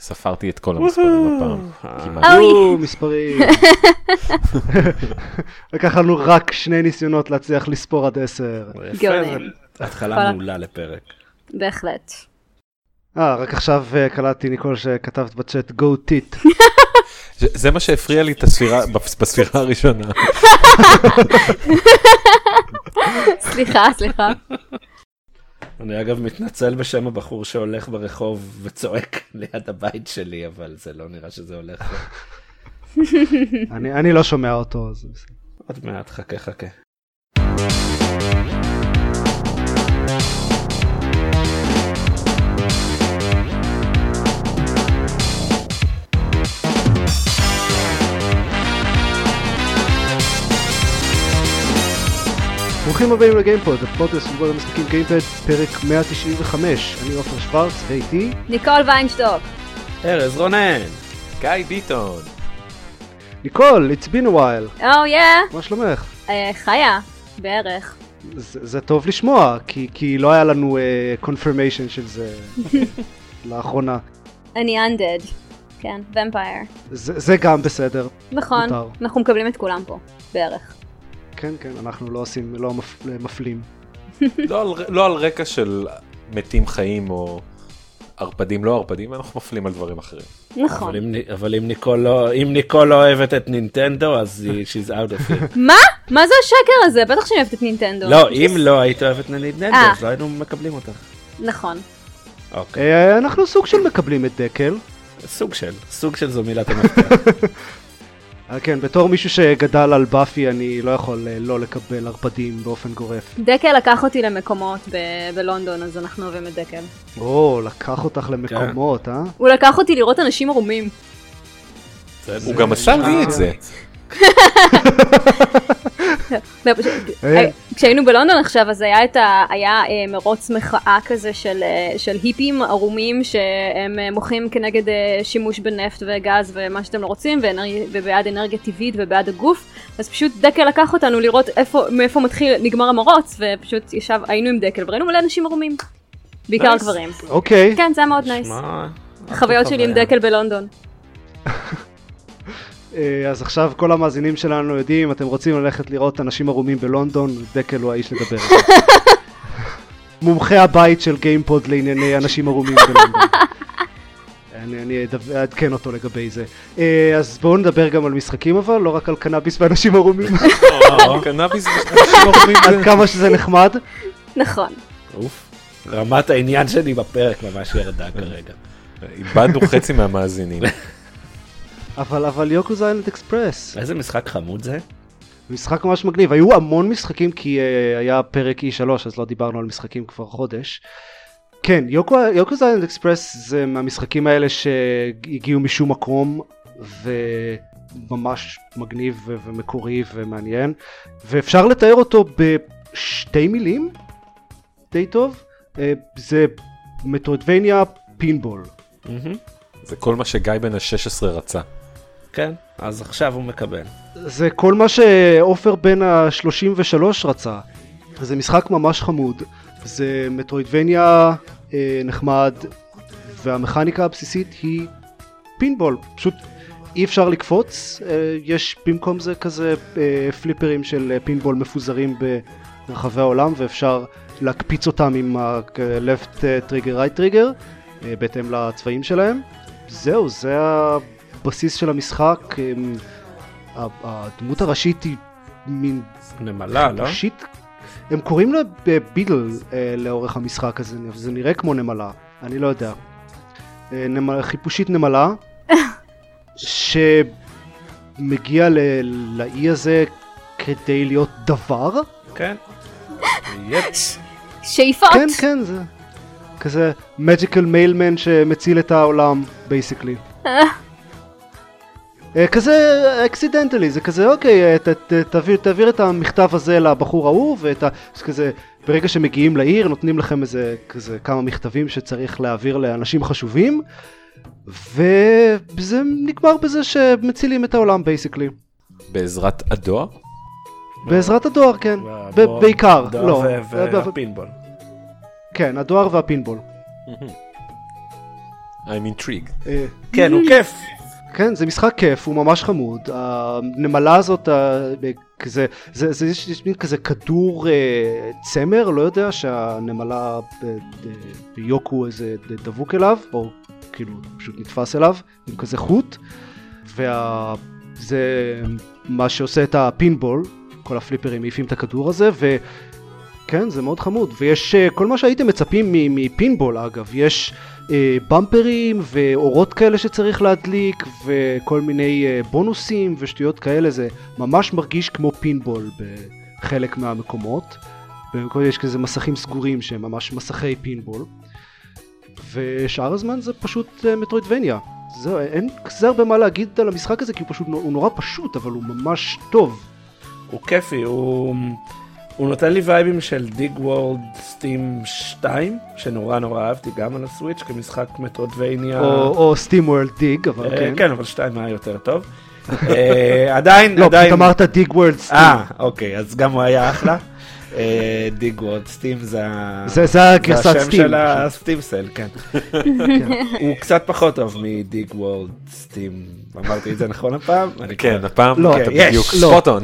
ספרתי את כל המספרים הפעם. מספרים. לקח לנו רק 2 ניסיונות להצליח לספור עד 10. גאונים. התחלה מעולה לפרק. בהחלט. רק עכשיו קלטתי ניקול שכתבת בצ'אט go tit. זה מה שהפריע לי בספירה הראשונה. סליחה. אני אגב מתנצל בשם הבחור שהולך ברחוב וצועק ליד הבית שלי, אבל זה לא נראה שזה הולך. אני לא שומע אותו. עוד מעט, חכה. ברוכים הבאים לגיימפוד, הפודקאסט של בועד המשחקים גיימפד, פרק 195. אני עופר שוורץ, ואיתי ניקול ויינשטוק. ארז רונן. גיא ביטון. ניקול, it's been a while. מה שלומך? חיה, בערך. זה טוב לשמוע, כי לא היה לנו confirmation של זה לאחרונה. אני undead, כן, vampire. זה גם בסדר. נכון, מותר. אנחנו מקבלים את כולם פה, בערך. כן, אנחנו לא עושים, לא מפלים. לא על רקע של מתים חיים או ערפדים לא ערפדים, אנחנו מפלים על דברים אחרים. נכון. אבל אם ניקול לא אוהבת את נינטנדו, אז she's out of it. מה? מה זה השקר הזה? בטח שאני אוהבת את נינטנדו. לא, אם לא היית אוהבת את נינטנדו, אז לא היינו מקבלים אותך. נכון. אוקיי. אנחנו סוג של מקבלים את דקל. סוג של זו מילת המפתח. כן, בתור מישהו שגדל על באפי, אני לא יכול לא לקבל ערפדים באופן גורף. דקל לקח אותי למקומות בלונדון, אז אנחנו אוהבים את דקל. לקח אותך למקומות, הוא לקח אותי לראות אנשים ערומים. הוא גם עשה לי את זה. כשהיינו בלונדון עכשיו, אז היה מרוץ מחאה כזה של היפים ערומים שהם מוחים כנגד שימוש בנפט וגז ומה שאתם לא רוצים, ובעד אנרגיה טבעית ובעד הגוף. אז פשוט דקל לקח אותנו לראות מאיפה נגמר המרוץ, ופשוט היינו עם דקל וראינו מלא אנשים ערומים. בעיקר גברים. אוקיי. כן, זה היה מאוד נייס. החוויות שלי עם דקל בלונדון. אז עכשיו כל המאזינים שלנו יודעים, אתם רוצים ללכת לראות אנשים ערומים בלונדון, דקל הוא האיש לדבר. מומחה הבית של גיימפוד לענייני אנשים ערומים בלונדון. אני אעדכן אותו לגבי זה. אז בואו נדבר גם על משחקים אבל, לא רק על קנאביס ואנשים ערומים. קנאביס ואנשים ערומים. עד כמה שזה נחמד. נכון. רמת העניין שלי בפרק ממש ירדה כרגע. איבדנו חצי מהמאזינים. אבל יוקוזה איילנד אקספרס. איזה משחק חמוד זה? משחק ממש מגניב. היו המון משחקים כי היה פרק E3, אז לא דיברנו על משחקים כבר חודש. כן, יוקוזה איילנד אקספרס זה מהמשחקים האלה שהגיעו משום מקום, וממש מגניב ומקורי ומעניין. ואפשר לתאר אותו בשתי מילים, די טוב. זה מטרוידבניה פינבול. זה כל מה שגיא בן ה-16 רצה. כן, אז עכשיו הוא מקבל. זה כל מה שעופר בן ה-33 רצה. זה משחק ממש חמוד. זה מטרוידבניה נחמד, והמכניקה הבסיסית היא פינבול. פשוט אי אפשר לקפוץ. יש במקום זה כזה פליפרים של פינבול מפוזרים ברחבי העולם, ואפשר להקפיץ אותם עם ה-left trigger, right trigger, בהתאם לצבעים שלהם. זהו, זה הבסיס של המשחק. הדמות הראשית היא מין נמלה, לא? הם קוראים לה בידל לאורך המשחק הזה, זה נראה כמו נמלה, אני לא יודע. חיפושית נמלה, שמגיע לאי הזה כדי להיות דבר. כן. שאיפות. כן, זה כזה magical mailman שמציל את העולם, basically. כזה accidentally, זה כזה אוקיי, תעביר את המכתב הזה לבחור ההוא, וכזה ברגע שמגיעים לעיר נותנים לכם איזה כזה כמה מכתבים שצריך להעביר לאנשים חשובים, וזה נגמר בזה שמצילים את העולם basically. בעזרת הדואר? בעזרת הדואר, כן. בעיקר, לא. והפינבול. כן, הדואר והפינבול. I'm intrigued. כן, הוא כיף. כן, זה משחק כיף, הוא ממש חמוד. הנמלה הזאת, יש מין כזה כדור צמר, לא יודע, שהנמלה ביוקו איזה דבוק אליו, או כאילו פשוט נתפס אליו, עם כזה חוט, וזה מה שעושה את הפינבול, כל הפליפרים מעיפים את הכדור הזה, וכן, זה מאוד חמוד. ויש כל מה שהייתם מצפים מפינבול, אגב, יש במפרים ואורות כאלה שצריך להדליק וכל מיני בונוסים ושטויות כאלה. זה ממש מרגיש כמו פינבול בחלק מהמקומות. במקום יש כזה מסכים סגורים שהם ממש מסכי פינבול, ושאר הזמן זה פשוט מטרוידבניה. זהו, אין כזה הרבה מה להגיד על המשחק הזה, כי הוא נורא פשוט, אבל הוא ממש טוב. הוא כיפי, הוא נותן לי וייבים של דיג וורד סטים 2, שנורא נורא אהבתי גם על הסוויץ' כמשחק מטרוידבניה. או סטים וורד דיג, אבל כן. כן, אבל 2 היה יותר טוב. עדיין... לא, פשוט אמרת דיג וורד סטים. אוקיי, אז גם הוא היה אחלה. דיג וורד סטים זה הגרסת השם סטים. של הסטים סל, כן. הוא קצת פחות טוב מדיג וורד סטים. אמרתי את זה נכון הפעם? כן, הפעם לא, אתה בדיוק ספוטון.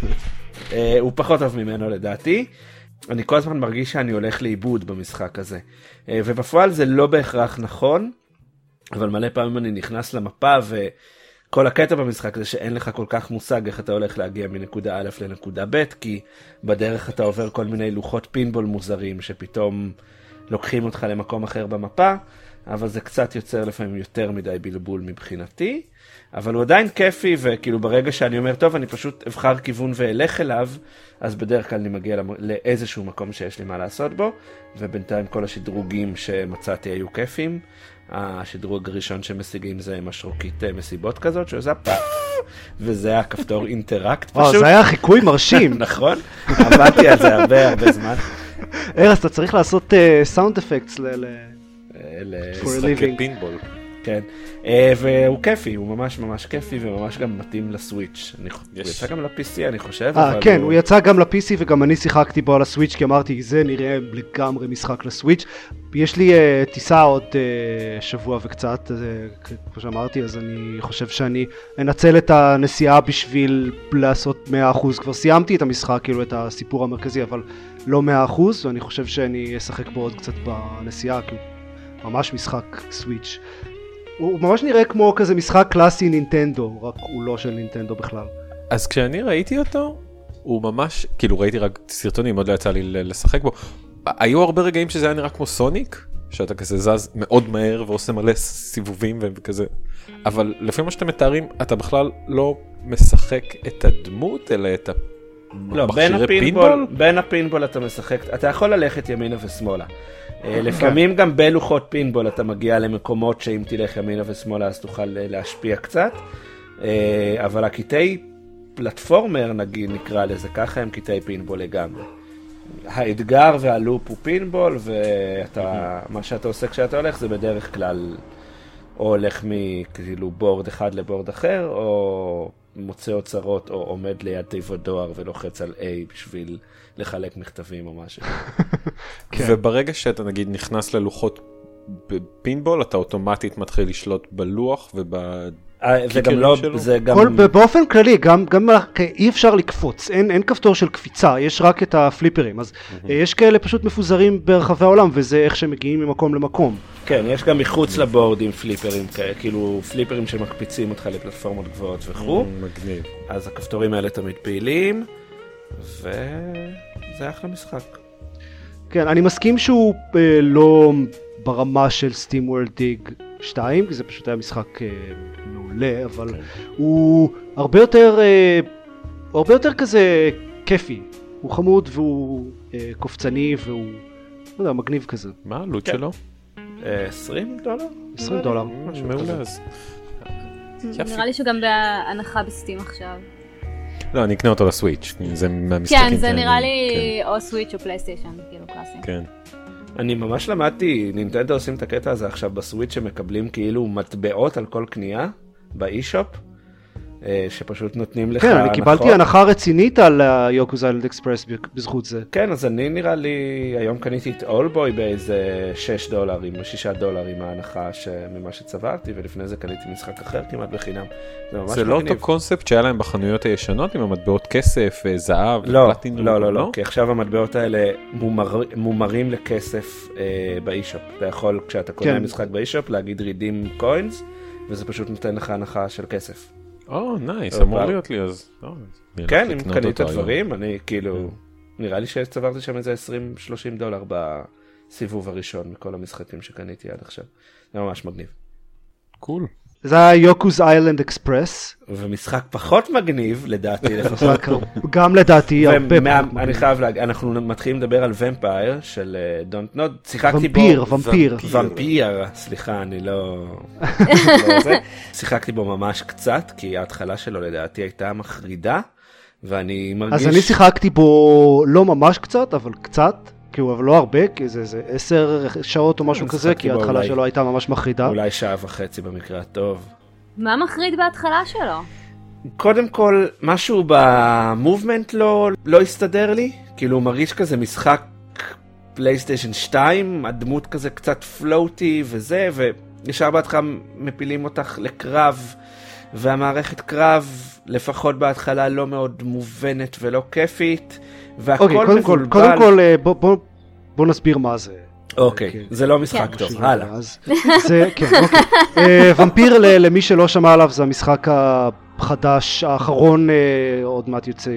הוא פחות טוב ממנו לדעתי. אני כל הזמן מרגיש שאני הולך לאיבוד במשחק הזה. ובפועל זה לא בהכרח נכון, אבל מלא פעמים אני נכנס למפה וכל הקטע במשחק זה שאין לך כל כך מושג איך אתה הולך להגיע מנקודה א' לנקודה ב', כי בדרך אתה עובר כל מיני לוחות פינבול מוזרים שפתאום לוקחים אותך למקום אחר במפה, אבל זה קצת יוצר לפעמים יותר מדי בלבול מבחינתי. אבל הוא עדיין כיפי, וכאילו ברגע שאני אומר, טוב, אני פשוט אבחר כיוון ואלך אליו, אז בדרך כלל אני מגיע לאיזשהו מקום שיש לי מה לעשות בו, ובינתיים כל השדרוגים שמצאתי היו כיפים. השדרוג הראשון שמשיגים זה משרוקית מסיבות כזאת, שעושה פאפ, וזה היה כפתור אינטראקט פשוט. זה היה חיקוי מרשים. נכון, עבדתי על זה הרבה זמן. ארז, אתה צריך לעשות סאונד אפקטס משחקי פינבול. כן, והוא כיפי, הוא ממש ממש כיפי וממש גם מתאים לסוויץ'. הוא יצא גם ל-PC אני חושב. כן, הוא יצא גם ל-PC וגם אני שיחקתי בו על הסוויץ', כי אמרתי זה נראה לגמרי משחק לסוויץ'. יש לי טיסה עוד שבוע וקצת, כמו שאמרתי, אז אני חושב שאני אנצל את הנסיעה בשביל לעשות 100%. כבר סיימתי את המשחק, כאילו את הסיפור המרכזי, אבל לא 100%, ואני חושב שאני אשחק בו עוד קצת בנסיעה, כי הוא ממש משחק סוויץ'. הוא ממש נראה כמו כזה משחק קלאסי נינטנדו, רק הוא לא של נינטנדו בכלל. אז כשאני ראיתי אותו, הוא ממש, כאילו ראיתי רק סרטונים, עוד לא יצא לי לשחק בו. היו הרבה רגעים שזה היה נראה כמו סוניק, שאתה כזה זז מאוד מהר ועושה מלא סיבובים וכזה. אבל לפי מה שאתם מתארים, אתה בכלל לא משחק את הדמות, אלא את המכשירי פינבול? בין הפינבול אתה משחק, אתה יכול ללכת ימינה ושמאלה. לפעמים גם בלוחות פינבול אתה מגיע למקומות שאם תלך ימינה ושמאלה אז תוכל להשפיע קצת, אבל הקטעי פלטפורמר נגיד נקרא לזה ככה, הם קטעי פינבול לגמרי. האתגר והלופ הוא פינבול, ומה שאתה עושה כשאתה הולך זה בדרך כלל או הולך מכאילו בורד אחד לבורד אחר, או מוצא אוצרות, או עומד ליד תיבות דואר ולוחץ על A בשביל לחלק מכתבים או משהו. וברגע שאתה נגיד נכנס ללוחות פינבול, אתה אוטומטית מתחיל לשלוט בלוח ובקיקרים שלו? באופן כללי, גם אי אפשר לקפוץ, אין כפתור של קפיצה, יש רק את הפליפרים, אז יש כאלה פשוט מפוזרים ברחבי העולם, וזה איך שמגיעים ממקום למקום. כן, יש גם מחוץ לבורד עם פליפרים, כאילו פליפרים שמקפיצים אותך לפלטפורמות גבוהות וכו'. מגניב. אז הכפתורים האלה תמיד פעילים, וזה אחלה משחק. כן, אני מסכים שהוא לא ברמה של Steam World Dig 2, כי זה פשוט היה משחק מעולה, אבל הוא הרבה יותר כזה כיפי. הוא חמוד והוא קופצני והוא, לא יודע, מגניב כזה. מה העלות שלו? $20? $20. מעולה, אז נראה לי שגם בהנחה בסטים עכשיו. לא, אני אקנה אותו לסוויץ', זה מהמשחקים. כן, זה נראה לי או סוויץ' או פלייסטיישן, כאילו קלאסי. כן. אני ממש למדתי, נינטנדו עושים את הקטע הזה עכשיו בסוויץ' שמקבלים כאילו מטבעות על כל קנייה באי-שופ, שפשוט נותנים לך כן, אני קיבלתי הנחה רצינית על יוקוז איילנד אקספרס בזכות זה. כן, אז אני נראה לי, היום קניתי את אולבוי באיזה $6 או $6 עם ההנחה ממה שצברתי, ולפני זה קניתי משחק אחר כמעט בחינם. זה לא אותו קונספט שהיה להם בחנויות הישנות עם המטבעות כסף, זהב, פלטינום? לא, כי עכשיו המטבעות האלה מומרים לכסף באישופ. אתה יכול, כשאתה קונה משחק באישופ, להגיד רידים קוינס, וזה פשוט נותן לך הנחה של כסף. נייס, אמור להיות לי אז. כן, אם קנית דברים, אני כאילו, נראה לי שצברתי שם איזה $20-30 בסיבוב הראשון מכל המשחקים שקניתי עד עכשיו. זה ממש מגניב. קול. זה היה יוקוז איילנד אקספרס. ומשחק פחות מגניב, לדעתי. גם לדעתי, הרבה אני חייב להגיד, אנחנו מתחילים לדבר על ומפייר של Don't Nod. ומפיר, סליחה, אני לא... שיחקתי בו ממש קצת, כי ההתחלה שלו לדעתי הייתה מחרידה, ואני מרגיש... אז אני שיחקתי בו לא ממש קצת, אבל קצת. אבל לא הרבה, כי זה 10 שעות או משהו כזה, כי ההתחלה שלו הייתה ממש מחרידה. אולי 1.5 שעה במקרה הטוב. מה מחריד בהתחלה שלו? קודם כל, משהו במובמנט לא הסתדר לי. כאילו הוא מרגיש כזה משחק פלייסטיישן 2, הדמות כזה קצת פלוטי וזה, וישר בהתחלה מפילים אותך לקרב, והמערכת קרב, לפחות בהתחלה, לא מאוד מובנת ולא כיפית. והכל מבולבל. קודם כל, בוא נסביר מה זה. אוקיי, זה לא משחק טוב, הלאה. כן, אוקיי. ומפיר, למי שלא שמע עליו, זה המשחק החדש, האחרון, עוד מעט יוצא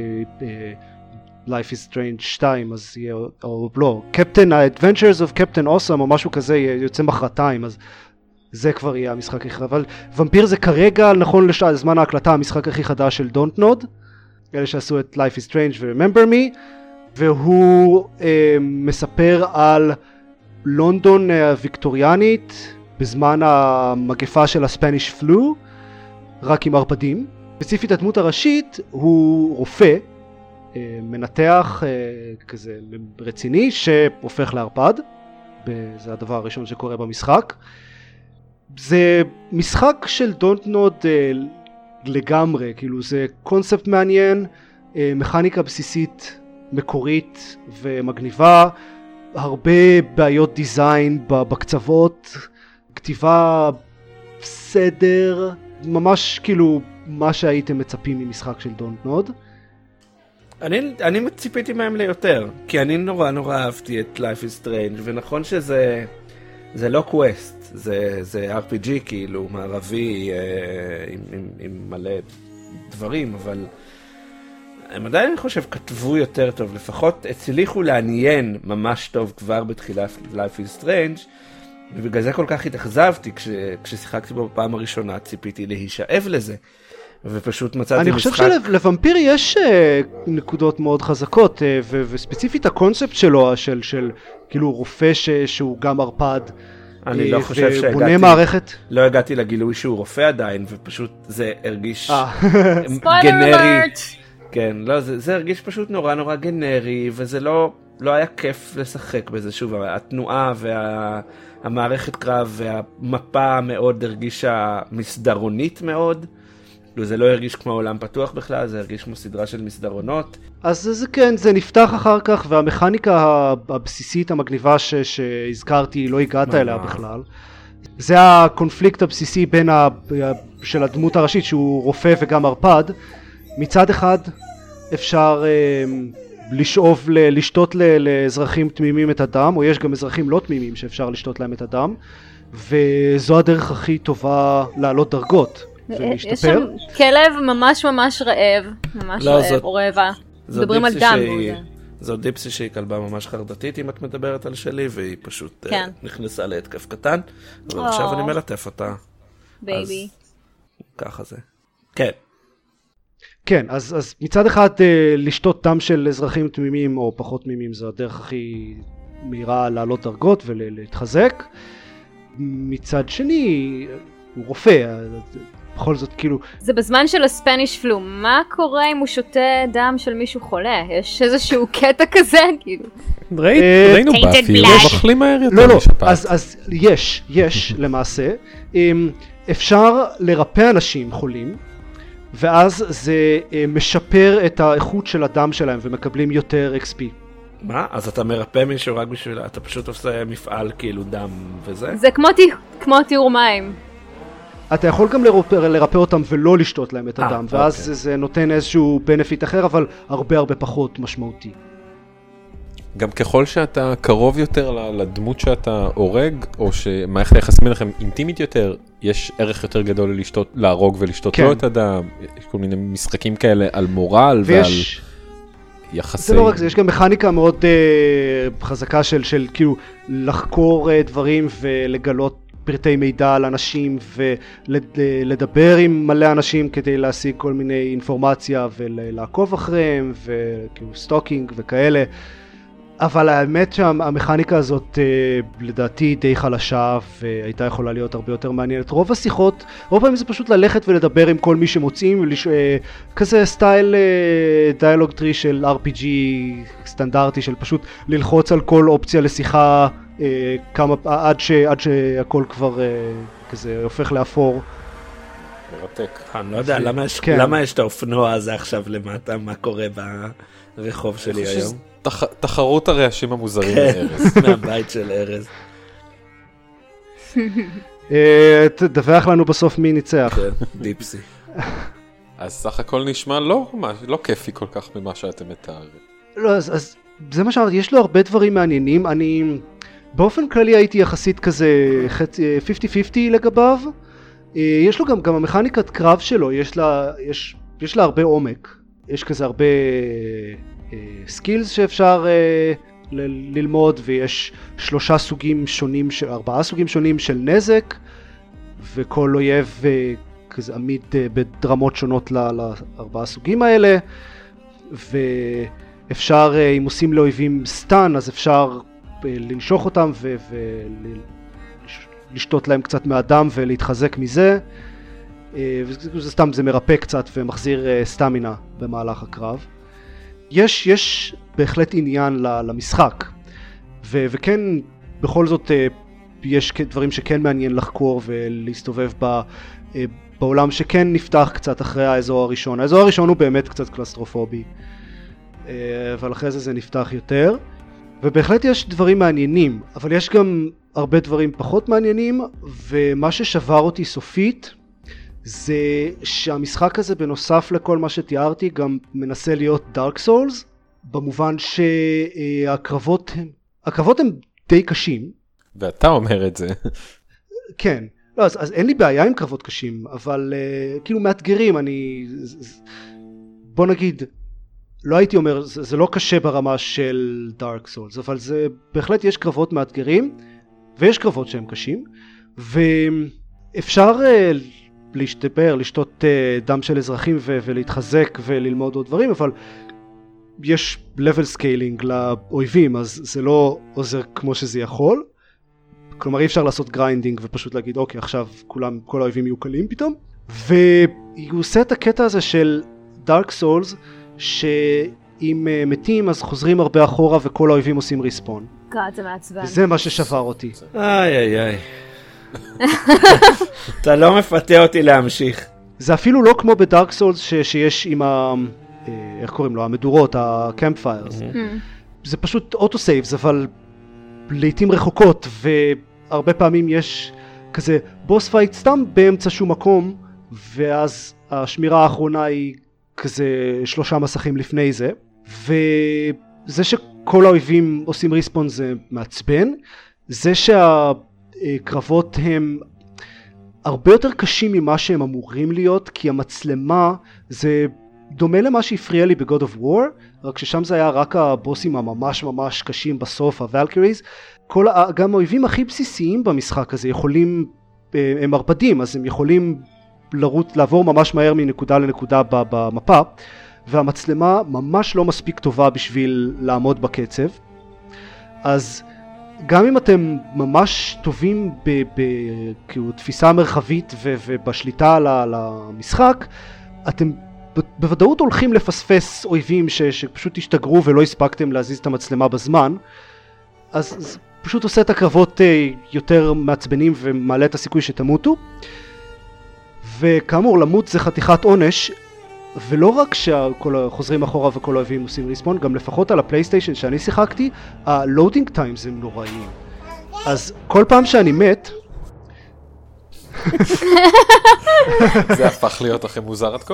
Life is Strange 2, אז יהיה, או לא, Adventures of Captain Awesome, או משהו כזה, יוצא מחרתיים, אז זה כבר יהיה המשחק הכי חדש. אבל ומפיר זה כרגע, נכון לזמן ההקלטה, המשחק הכי חדש של Don't Nod. אלה שעשו את Life is Strange ו-Remember Me, והוא מספר על לונדון הוויקטוריאנית בזמן המגפה של הספניש פלו, רק עם ערפדים. ספציפית הדמות הראשית הוא רופא, מנתח כזה רציני שהופך לערפד, זה הדבר הראשון שקורה במשחק. זה משחק של Don't Nod לגמרי, כאילו זה קונספט מעניין, מכניקה בסיסית מקורית ומגניבה, הרבה בעיות דיזיין בקצוות, כתיבה סדר, ממש כאילו מה שהייתם מצפים ממשחק של Don't Nod. אני ציפיתי מהם ליותר, כי אני נורא אהבתי את Life is Strange, ונכון שזה לא קווסט, זה RPG כאילו מערבי עם מלא דברים, אבל הם עדיין אני חושב כתבו יותר טוב, לפחות הצליחו לעניין ממש טוב כבר בתחילת Life is Strange, ובגלל זה כל כך התאכזבתי כששיחקתי בו בפעם הראשונה, ציפיתי להישאב לזה, ופשוט מצאתי אני חושב שלוומפיר יש נקודות מאוד חזקות, וספציפית הקונספט שלו, של כאילו רופא שהוא גם ערפד, אני לא חושב שבונה מערכת. לא הגעתי לגילוי שהוא רופא עדיין, ופשוט זה הרגיש גנרי. כן, לא, זה הרגיש פשוט נורא גנרי, וזה לא היה כיף לשחק בזה. שוב, התנועה והמערכת קרב והמפה מאוד הרגישה מסדרונית מאוד. זה לא הרגיש כמו עולם פתוח בכלל, זה הרגיש כמו סדרה של מסדרונות. אז זה כן, זה נפתח אחר כך, והמכניקה הבסיסית המגניבה שהזכרתי לא הגעת אליה בכלל. זה הקונפליקט הבסיסי של הדמות הראשית, שהוא רופא וגם ערפד. מצד אחד אפשר לשתות לאזרחים תמימים את הדם, או יש גם אזרחים לא תמימים שאפשר לשתות להם את הדם, וזו הדרך הכי טובה לעלות דרגות. יש שם כלב ממש רעב, ממש רעב, או רעבה. מדברים על דם. זו דיפסי שהיא כלבה ממש חרדתית אם את מדברת על שלי, והיא פשוט נכנסה להתקף קטן, ועכשיו אני מלטף אותה. בייבי. ככה זה. כן. כן, אז מצד אחד לשתות דם של אזרחים תמימים או פחות תמימים זו הדרך הכי מהירה לעלות דרגות ולהתחזק. מצד שני, הוא רופא, בכל זאת כאילו... זה בזמן של הספניש פלו, מה קורה אם הוא שותה דם של מישהו חולה? יש איזשהו קטע כזה, כאילו. ראינו באפי, הוא מחלים מהר יותר משפעת. אז יש למעשה. אפשר לרפא אנשים חולים, ואז זה משפר את האיכות של הדם שלהם ומקבלים יותר XP. מה? אז אתה מרפא מישהו רק בשביל... אתה פשוט עושה מפעל כאילו דם וזה? זה כמו טיהור מים. אתה יכול גם לרפא אותם ולא לשתות להם את הדם, ואז אוקיי. זה נותן איזשהו בנפיט אחר, אבל הרבה פחות משמעותי. גם ככל שאתה קרוב יותר לדמות שאתה הורג, או שמערכת היחסים ביניכם אינטימית יותר, יש ערך יותר גדול להרוג ולשתות כן. לו את הדם. יש כל מיני משחקים כאלה על מורל ועל יחסי... זה לא רק זה, יש גם מכניקה מאוד חזקה של כאילו לחקור דברים ולגלות פרטי מידע על אנשים ולדבר עם מלא אנשים כדי להשיג כל מיני אינפורמציה ולעקוב אחריהם וכאילו סטוקינג וכאלה. אבל האמת שהמכניקה הזאת לדעתי די חלשה והייתה יכולה להיות הרבה יותר מעניינת. רוב השיחות, רוב פעמים זה פשוט ללכת ולדבר עם כל מי שמוצאים, כזה סטייל דיאלוג טרי של RPG סטנדרטי של פשוט ללחוץ על כל אופציה לשיחה עד שהכל כבר כזה הופך לאפור. מרתק. אני לא יודע, למה יש את האופנוע הזה עכשיו למטה, מה קורה ברחוב שלי היום? תחרות הרעשים המוזרים מארז. מהבית של ארז. תדווח לנו בסוף מי ניצח. דיפסי. אז סך הכל נשמע לא כיפי כל כך ממה שאתם מתארים. לא, אז זה מה שאמרתי, יש לו הרבה דברים מעניינים. אני באופן כללי הייתי יחסית כזה 50-50 לגביו. יש לו גם המכניקת קרב שלו, יש לה הרבה עומק. יש כזה הרבה סקילס שאפשר ללמוד, ויש 4 סוגים שונים של נזק, וכל אויב כזה עמיד בדרמות שונות ל4 סוגים האלה, ואפשר, אם עושים לאויבים סטן, אז אפשר לנשוך אותם ולשתות להם קצת מהדם ולהתחזק מזה, וזה סתם, זה מרפא קצת ומחזיר סטמינה במהלך הקרב. יש בהחלט עניין למשחק, וכן בכל זאת יש דברים שכן מעניין לחקור ולהסתובב בעולם שכן נפתח קצת אחרי האזור הראשון. האזור הראשון הוא באמת קצת קלסטרופובי, אבל אחרי זה נפתח יותר, ובהחלט יש דברים מעניינים, אבל יש גם הרבה דברים פחות מעניינים, ומה ששבר אותי סופית זה שהמשחק הזה בנוסף לכל מה שתיארתי גם מנסה להיות דארק סולס, במובן שהקרבות הם די קשים. ואתה אומר את זה. כן, לא, אז אין לי בעיה עם קרבות קשים, אבל כאילו מאתגרים. בוא נגיד, לא הייתי אומר, זה לא קשה ברמה של דארק סולס, אבל זה בהחלט יש קרבות מאתגרים, ויש קרבות שהם קשים, ואפשר להשתפר, לשתות דם של אזרחים ולהתחזק וללמוד עוד דברים, אבל יש level scaling לאויבים, אז זה לא עוזר כמו שזה יכול. כלומר אי אפשר לעשות גריינדינג ופשוט להגיד אוקיי עכשיו כל האויבים יהיו קלים פתאום, והוא עושה את הקטע הזה של דארק סולס שאם מתים אז חוזרים הרבה אחורה וכל האויבים עושים ריספון. זה מעצבן. זה מה ששבר אותי. איי אתה לא מפתה אותי להמשיך. זה אפילו לא כמו בדארק סולס שיש עם איך קוראים לו, המדורות, הקמפ פיירס. זה פשוט אוטו סייבס, אבל לעתים רחוקות, והרבה פעמים יש כזה בוס פייט סתם באמצע שום מקום, ואז השמירה האחרונה היא כזה 3 מסכים לפני זה, וזה שכל האויבים עושים ריספון זה מעצבן. זה שהקרבות הם הרבה יותר קשים ממה שהם אמורים להיות, כי המצלמה זה דומה למה שהפריע לי ב-God of War, רק ששם זה היה רק הבוסים הממש ממש קשים בסוף, הוולקריז. גם האויבים הכי בסיסיים במשחק הזה יכולים, הם מרפדים, אז הם יכולים לעבור ממש מהר מנקודה לנקודה במפה, והמצלמה ממש לא מספיק טובה בשביל לעמוד בקצב. אז גם אם אתם ממש טובים בתפיסה מרחבית ובשליטה על המשחק, אתם בוודאות הולכים לפספס אויבים שפשוט השתגרו ולא הספקתם להזיז את המצלמה בזמן. אז פשוט עושה את הקרבות יותר מעצבנים ומעלה את הסיכוי שתמותו. וכאמור, למות זה חתיכת עונש, ולא רק שחוזרים אחורה וכל האויבים עושים ריספון, גם לפחות על הפלייסטיישן שאני שיחקתי, הלואודינג טיימס הם נוראים. אז כל פעם שאני מת... זה הפך להיות הכי מוזר עד כה?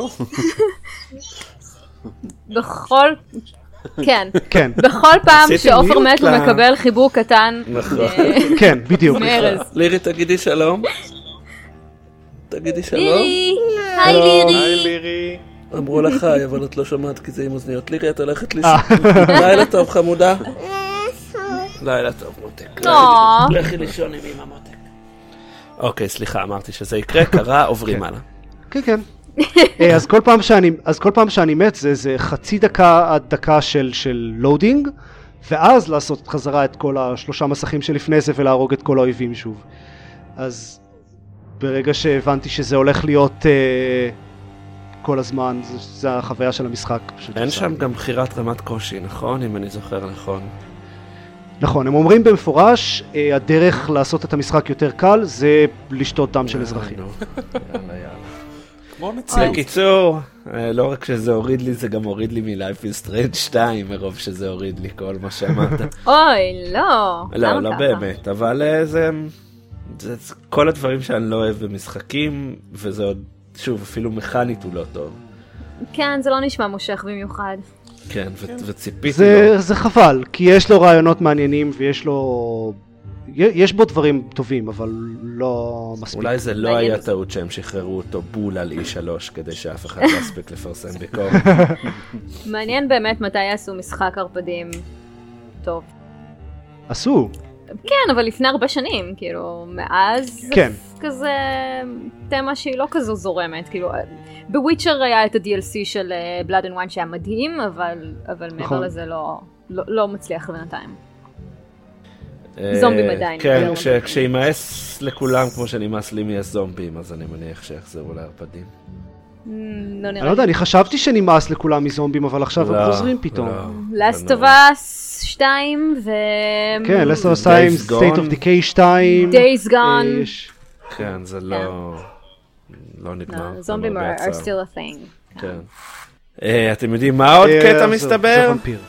בכל... כן. כן. בכל פעם עשיתי שאופר מיוט מת הוא מקבל חיבוק קטן. נכון. כן, בדיוק. מארז. לירי, תגידי שלום. תגידי שלום. לירי! היי לירי! היי לירי. אמרו לך היי, אבל את לא שומעת כי זה עם אוזניות. לירי, את הולכת לישון. לילה טוב, חמודה. לילה טוב, מותק. לכי לישון עם אמא מותק. אוקיי, סליחה, אמרתי שזה יקרה, קרה, עוברים הלאה. כן, כן. אז כל פעם שאני מת זה חצי דקה עד דקה של לואודינג, ואז לעשות חזרה את כל השלושה מסכים שלפני זה ולהרוג את כל האויבים שוב. אז ברגע שהבנתי שזה הולך להיות כל הזמן, זה החוויה של המשחק. אין שם גם בחירת רמת קושי, נכון? אם אני זוכר נכון. נכון, הם אומרים במפורש, הדרך לעשות את המשחק יותר קל זה לשתות דם של אזרחים. כמו מציאות. בקיצור, לא רק שזה הוריד לי, זה גם הוריד לי מ-Life is Strange 2, מרוב שזה הוריד לי כל מה שאמרת. אוי, לא. לא, לא באמת, אבל זה כל הדברים שאני לא אוהב במשחקים, וזה עוד, שוב, אפילו מכנית הוא לא טוב. כן, זה לא נשמע מושך במיוחד. כן, וציפיתי לו. זה חבל, כי יש לו רעיונות מעניינים ויש לו... יש בו דברים טובים, אבל לא מספיק. אולי זה לא היה טעות שהם שחררו אותו בול על E3 כדי שאף אחד לא יספיק לפרסם ביקורת. מעניין באמת מתי יעשו משחק ערפדים טוב. עשו. כן, אבל לפני הרבה שנים, כאילו, מאז כן. כזה תמה שהיא לא כזו זורמת, כאילו, בוויצ'ר היה את ה-DLC של Blood and Wine שהיה מדהים, אבל מעבר לזה לא מצליח בינתיים. זומבים עדיין. כן, כשימאס לכולם כמו שנמאס לי מהזומבים, אז אני מניח שיחזרו לערפדים. לא אני לא יודע, אני חשבתי שנמאס לכולם מזומבים, אבל עכשיו הם חוזרים פתאום. Last of Us 2 ו... כן, Last of Us 2, State of Decay 2. Days Gone. כן, זה לא נגמר. זומבים are still a thing. כן. אתם יודעים מה עוד קטע מסתבר? זה ומפיר.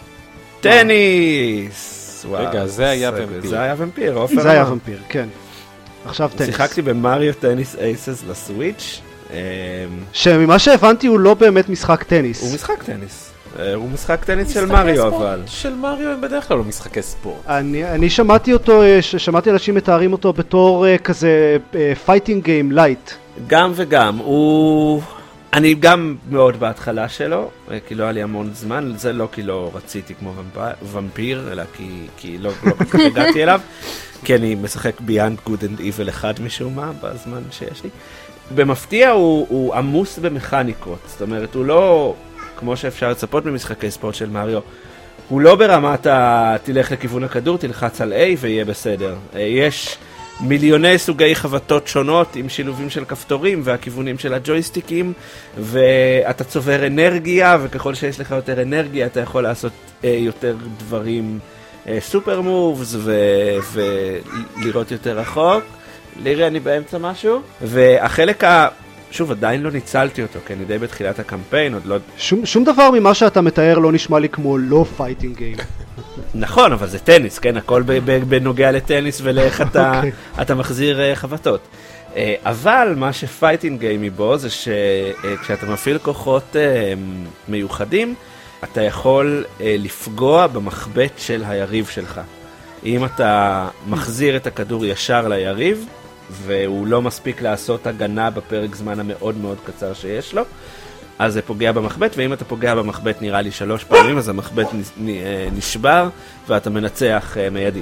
טניס! רגע, זה היה ומפיר. זה היה ומפיר, זה היה ומפיר, כן. עכשיו טניס. שיחקתי במריו טניס אייסס לסוויץ'. שממה שהבנתי הוא לא באמת משחק טניס. הוא משחק טניס. הוא משחק טניס של מריו אבל. של מריו הם בדרך כלל לא משחקי ספורט. אני שמעתי אותו, שמעתי אנשים מתארים אותו בתור כזה פייטינג גיים לייט. גם וגם, אני גם מאוד בהתחלה שלו, כי לא היה לי המון זמן, זה לא כי לא רציתי כמו ומפיר, אלא כי לא כל כך הגעתי אליו, כי אני משחק Beyond Good and Evil 1 משום מה, בזמן שיש לי. במפתיע הוא עמוס במכניקות, זאת אומרת, הוא לא, כמו שאפשר לצפות ממשחקי ספורט של מריו, הוא לא ברמת תלך לכיוון הכדור, תלחץ על A ויהיה בסדר. יש מיליוני סוגי חבטות שונות עם שילובים של כפתורים והכיוונים של הג'ויסטיקים, ואתה צובר אנרגיה, וככל שיש לך יותר אנרגיה אתה יכול לעשות יותר דברים סופר מובס ולראות יותר רחוק. לירי, אני באמצע משהו, והחלק שוב, עדיין לא ניצלתי אותו, כי אני די בתחילת הקמפיין, עוד לא... שום דבר ממה שאתה מתאר לא נשמע לי כמו לא פייטינג גיים. נכון, אבל זה טניס, כן? הכל בנוגע לטניס ולאיך אתה מחזיר חבטות. אבל מה שפייטינג גיימי בו זה שכשאתה מפעיל כוחות מיוחדים, אתה יכול לפגוע במחבט של היריב שלך. אם אתה מחזיר את הכדור ישר ליריב, והוא לא מספיק לעשות הגנה בפרק זמן המאוד מאוד קצר שיש לו, אז זה פוגע במחבט, ואם אתה פוגע במחבט נראה לי 3 פעמים, אז המחבט נשבר, ואתה מנצח מיידית.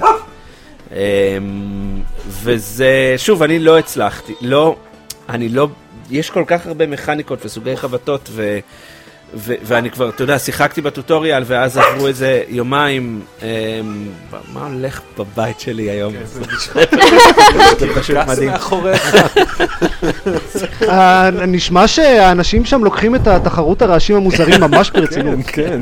וזה, שוב, אני לא הצלחתי, יש כל כך הרבה מכניקות וסוגי חבטות, ואני כבר, אתה יודע, שיחקתי בטוטוריאל, ואז עברו איזה יומיים, מה הולך בבית שלי היום? זה פשוט מדהים. נשמע שהאנשים שם לוקחים את התחרות הרעשים המוזרים ממש ברצינות. כן.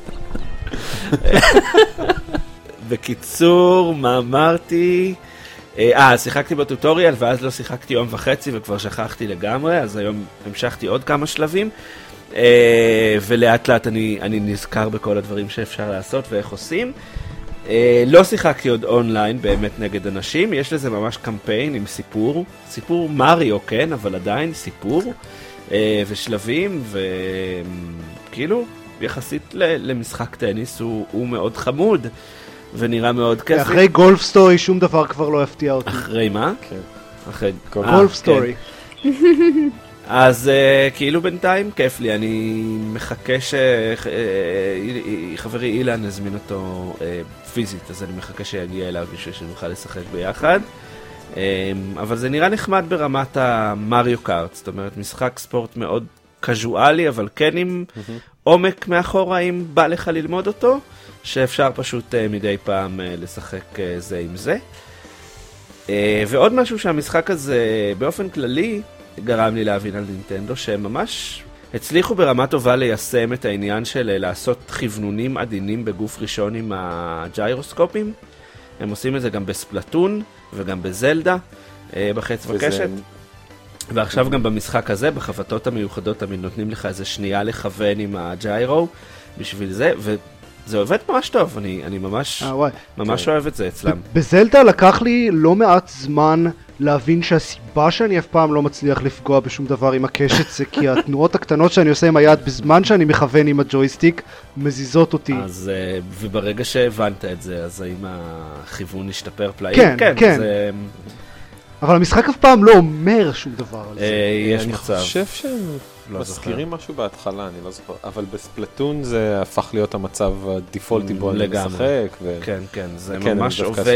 בקיצור, מה אמרתי? שיחקתי בטוטוריאל, ואז לא שיחקתי 1.5 וכבר שכחתי לגמרי, אז היום המשכתי עוד כמה שלבים. ולאט לאט אני נזכר בכל הדברים שאפשר לעשות ואיך עושים. לא שיחקתי עוד אונליין באמת נגד אנשים, יש לזה ממש קמפיין עם סיפור מריו, כן, אבל עדיין סיפור ושלבים, וכאילו יחסית למשחק טניס הוא מאוד חמוד ונראה מאוד כיפי. אחרי גולף סטורי שום דבר כבר לא יפתיע אותי. אחרי מה? כן. אחרי גולף סטורי. אז כאילו בינתיים כיף לי, אני מחכה שחברי אילן הזמין אותו פיזית, אז אני מחכה שיגיע אליו בשביל שנוכל לשחק ביחד. אבל זה נראה נחמד ברמת המריו קארט, זאת אומרת משחק ספורט מאוד קזואלי, אבל כן עם עומק מאחורה אם בא לך ללמוד אותו, שאפשר פשוט מדי פעם לשחק זה עם זה. ועוד משהו שהמשחק הזה באופן כללי גרם לי להבין על נינטנדו, שהם ממש הצליחו ברמה טובה ליישם את העניין של לעשות כיוונונים עדינים בגוף ראשון עם הג'יירוסקופים. הם עושים את זה גם בספלטון וגם בזלדה, בחץ וקשת. ועכשיו גם במשחק הזה, בחבטות המיוחדות, תמיד נותנים לך איזה שנייה לכוון עם הג'יירו בשביל זה, וזה עובד ממש טוב, אני ממש אוהב את זה אצלם. בזלדה לקח לי לא מעט זמן להבין שהסיבה שאני אף פעם לא מצליח לפגוע בשום דבר עם הקשת זה כי התנועות הקטנות שאני עושה עם היד בזמן שאני מכוון עם הג'ויסטיק מזיזות אותי. אז וברגע שהבנת את זה, אז האם הכיוון השתפר פלאים? כן. אבל המשחק אף פעם לא אומר שום דבר על זה. יש מצב. אני חושב שהם מזכירים משהו בהתחלה, אני לא זוכר. אבל בספלטון זה הפך להיות המצב הדיפולטי בו אני משחק. כן, זה ממש עובד.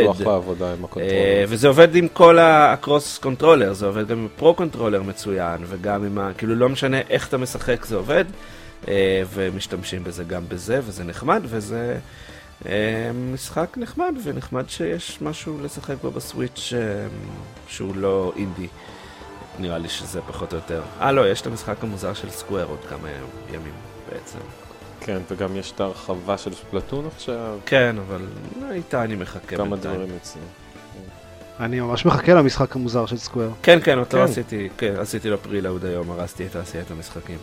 וזה עובד עם כל הקרוס קונטרולר, זה עובד גם עם פרו קונטרולר מצוין, וגם עם כאילו לא משנה איך אתה משחק זה עובד, ומשתמשים בזה גם בזה, וזה נחמד, וזה משחק נחמד, ונחמד שיש משהו לשחק בו בסוויץ' שהוא לא אינדי. נראה לי שזה פחות או יותר. לא, יש את המשחק המוזר של סקוואר עוד כמה ימים בעצם. כן, וגם יש את הרחבה של ספלטון עכשיו. כן, אבל איתה אני מחכה. כמה דברים יוצאים. אני ממש מחכה למשחק המוזר של סקוואר. כן, אותו עשיתי לו פרילאוד היום, הרסתי את תעשיית המשחקים.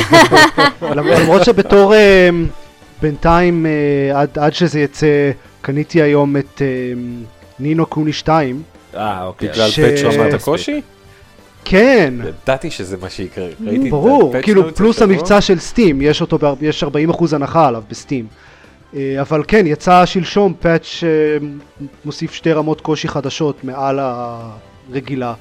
למרות שבתור בינתיים, עד שזה יצא, קניתי היום את נינו קוני 2. אוקיי. בגלל פאץ' רמת הקושי? כן. ידעתי שזה מה שיקרה. ברור, כאילו פלוס המבצע של סטים, יש 40% הנחה עליו בסטים. אבל כן, יצא שלשום פאץ' שמוסיף 2 רמות קושי חדשות מעל הרגילה.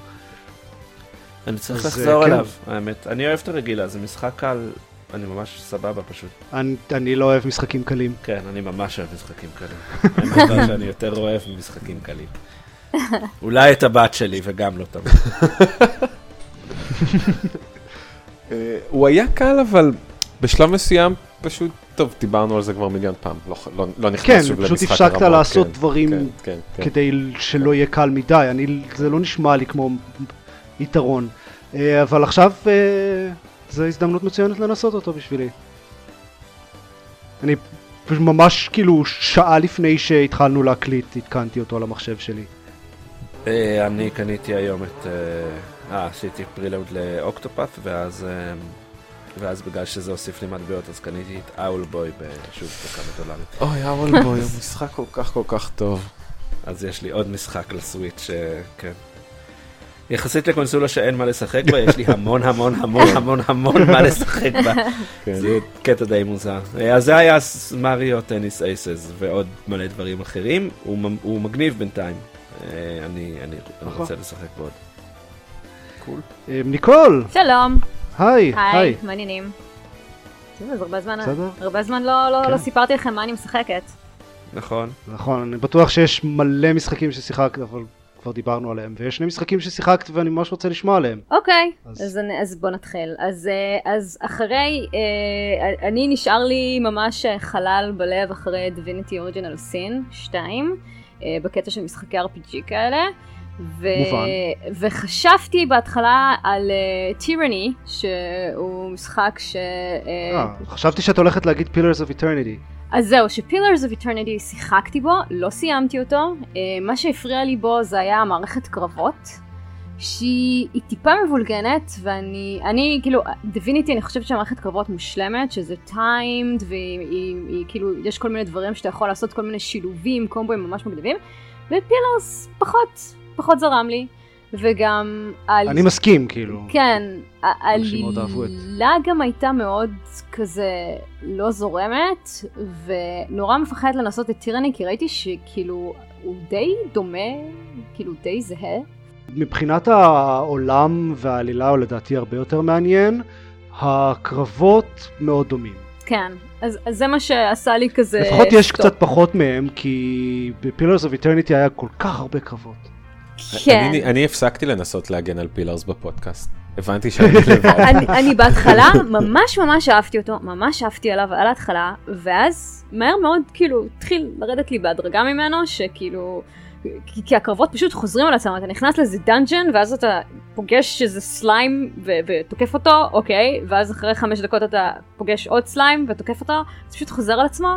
אני צריך לחזור אליו, האמת. אני אוהב את הרגילה, זה משחק קל, אני ממש סבבה פשוט. אני לא אוהב משחקים קלים. כן, אני ממש אוהב משחקים קלים. אני חושב שאני יותר אוהב משחקים קלים. אולי את הבת שלי וגם לא תמיד. הוא היה קל, אבל בשלב מסוים פשוט, טוב, דיברנו על זה כבר מיליון פעם, לא נכנס שוב למשחק הרמות. כן, פשוט הפסקת לעשות דברים כדי שלא יהיה קל מדי, זה לא נשמע לי כמו יתרון, אבל עכשיו זו הזדמנות מצוינת לנסות אותו בשבילי. אני ממש כאילו שעה לפני שהתחלנו להקליט, התקנתי אותו על המחשב שלי. אני קניתי היום את... עשיתי פרילאוד לאוקטופת, ואז בגלל שזה הוסיף לי מטבעות, אז קניתי את אולבוי בשוב בכמה $. אוי, אולבוי, הוא משחק כל כך טוב. אז יש לי עוד משחק לסוויץ', כן. יחסית לקונסולה שאין מה לשחק בה, יש לי המון מה לשחק בה. זה קטע די מוזר. אז זה היה מריו טניס אייסס ועוד מלא דברים אחרים. הוא מגניב בינתיים. אני רוצה לשחק בו עוד. קול. ניקול! שלום. היי. מה העניינים? אז הרבה זמן לא סיפרתי לכם מה אני משחקת. נכון, אני בטוח שיש מלא משחקים ששיחקת, אבל כבר דיברנו עליהם, ויש 2 משחקים ששיחקת ואני ממש רוצה לשמוע עליהם. אוקיי, אז בוא נתחיל. אז אחרי, אני נשאר לי ממש חלל בלב אחרי Divinity Original Sin 2, בקטע של משחקי RPG כאלה. וחשבתי בהתחלה על Tyranny, שהוא משחק חשבתי שאת הולכת להגיד Pillars of Eternity. אז זהו, ש-Pillars of Eternity שיחקתי בו, לא סיימתי אותו. מה שהפריע לי בו זה היה מערכת קרבות, שהיא טיפה מבולגנת, ואני כאילו, דיוויניטי אני חושבת שהמערכת קרבות מושלמת, שזה טיימד, והיא כאילו, יש כל מיני דברים שאתה יכול לעשות, כל מיני שילובים, קומבוים ממש מגניבים, ופילרס פחות זרם לי, וגם אני מסכים, כאילו. כן, העלילה גם הייתה מאוד כזה לא זורמת, ונורא מפחד לנסות את טירני, כי ראיתי שכאילו הוא די דומה, כאילו די זהה. מבחינת העולם והעלילה הוא לדעתי הרבה יותר מעניין, הקרבות מאוד דומים. כן, אז זה מה שעשה לי כזה לפחות יש קצת פחות מהם, כי ב-Pillars of Eternity היה כל כך הרבה קרבות. כן. אני הפסקתי לנסות להגן על פילרס בפודקאסט. הבנתי שאני לבד. אני בהתחלה ממש אהבתי אותו, ממש אהבתי עליו על ההתחלה, ואז מהר מאוד כאילו התחיל לרדת לי בהדרגה ממנו, שכאילו, כי הקרבות פשוט חוזרים על עצמם, אתה נכנס לאיזה דאנג'ן, ואז אתה פוגש איזה סליים ותוקף אותו, אוקיי, ואז אחרי 5 דקות אתה פוגש עוד סליים ותוקף אותו, זה פשוט חוזר על עצמו,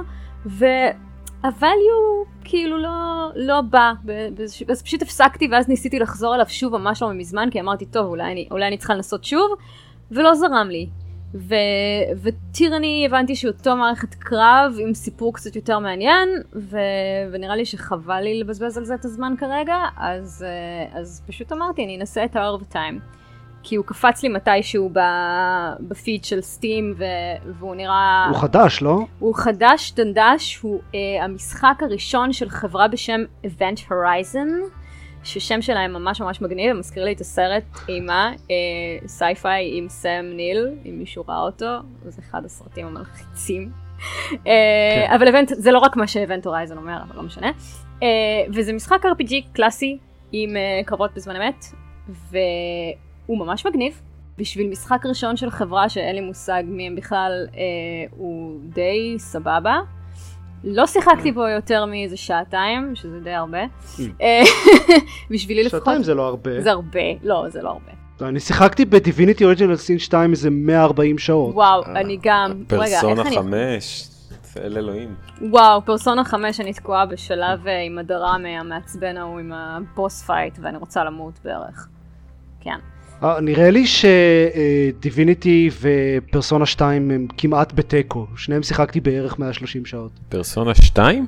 הvalue כאילו לא בא, אז פשוט הפסקתי ואז ניסיתי לחזור אליו שוב ממש לא מזמן, כי אמרתי טוב אולי אני צריכה לנסות שוב, ולא זרם לי. וטירני הבנתי שאותו מערכת קרב עם סיפור קצת יותר מעניין, ונראה לי שחבל לי לבזבז על זה את הזמן כרגע, אז פשוט אמרתי אני אנסה את Hour of Time. כי הוא קפץ לי מתישהו בפיד של סטים, והוא נראה... הוא חדש, לא? הוא חדש, דנדש, הוא המשחק הראשון של חברה בשם Event Horizon, ששם שלהם ממש מגניב, מזכיר לי את הסרט אימה, סייפיי עם סם ניל, אם מישהו ראה אותו, זה אחד הסרטים המלחיצים. אבל זה לא רק מה ש-Event Horizon אומר, אבל לא משנה. וזה משחק RPG קלאסי, עם קרבות בזמן אמת, הוא ממש מגניב. בשביל משחק ראשון של חברה שאין לי מושג מי הם בכלל, הוא די סבבה. לא שיחקתי בו יותר מאיזה שעתיים, שזה די הרבה. בשבילי לפחות... שעתיים זה לא הרבה. זה הרבה, לא, זה לא הרבה. אני שיחקתי ב-Divinity Original Sin 2 איזה 140 שעות. וואו, אני גם... פרסונה 5, אל אלוהים. וואו, פרסונה 5 אני תקועה בשלב עם הדרם המעצבן ההוא עם הבוס פייט, ואני רוצה למות בערך. כן. נראה לי שדיוויניטי ופרסונה 2 הם כמעט בטקו, שניהם שיחקתי בערך 130 שעות. פרסונה 2?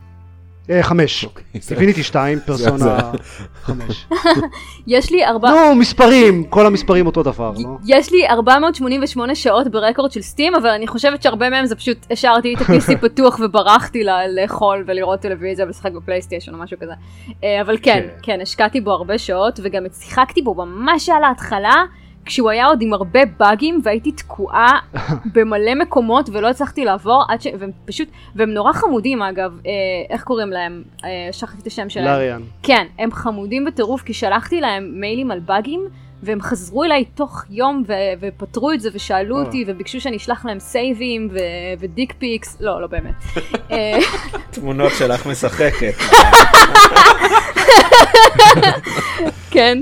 5. דיוויניטי 2, פרסונה 5. יש לי מספרים, כל המספרים אותו דבר, לא? יש לי 488 שעות ברקורד של סטים, אבל אני חושבת שהרבה מהם זה פשוט השארתי את ה-PC פתוח וברחתי לאכול ולראות טלוויזיה ולשחק בפלייסטיישן או משהו כזה. אבל כן, השקעתי בו הרבה שעות, וגם שיחקתי בו ממש על ההתחלה, כשהוא היה עוד עם הרבה באגים, והייתי תקועה במלא מקומות, ולא הצלחתי לעבור, והם נורא חמודים אגב, איך קוראים להם? שכחתי את השם שלהם. לאריאן. כן, הם חמודים בטירוף, כי שלחתי להם מיילים על באגים, והם חזרו אליי תוך יום, ופתרו את זה, ושאלו אותי, וביקשו שאני אשלח להם סייבים, ודיק פיקס, לא באמת. תמונות שלך משחקת. כן.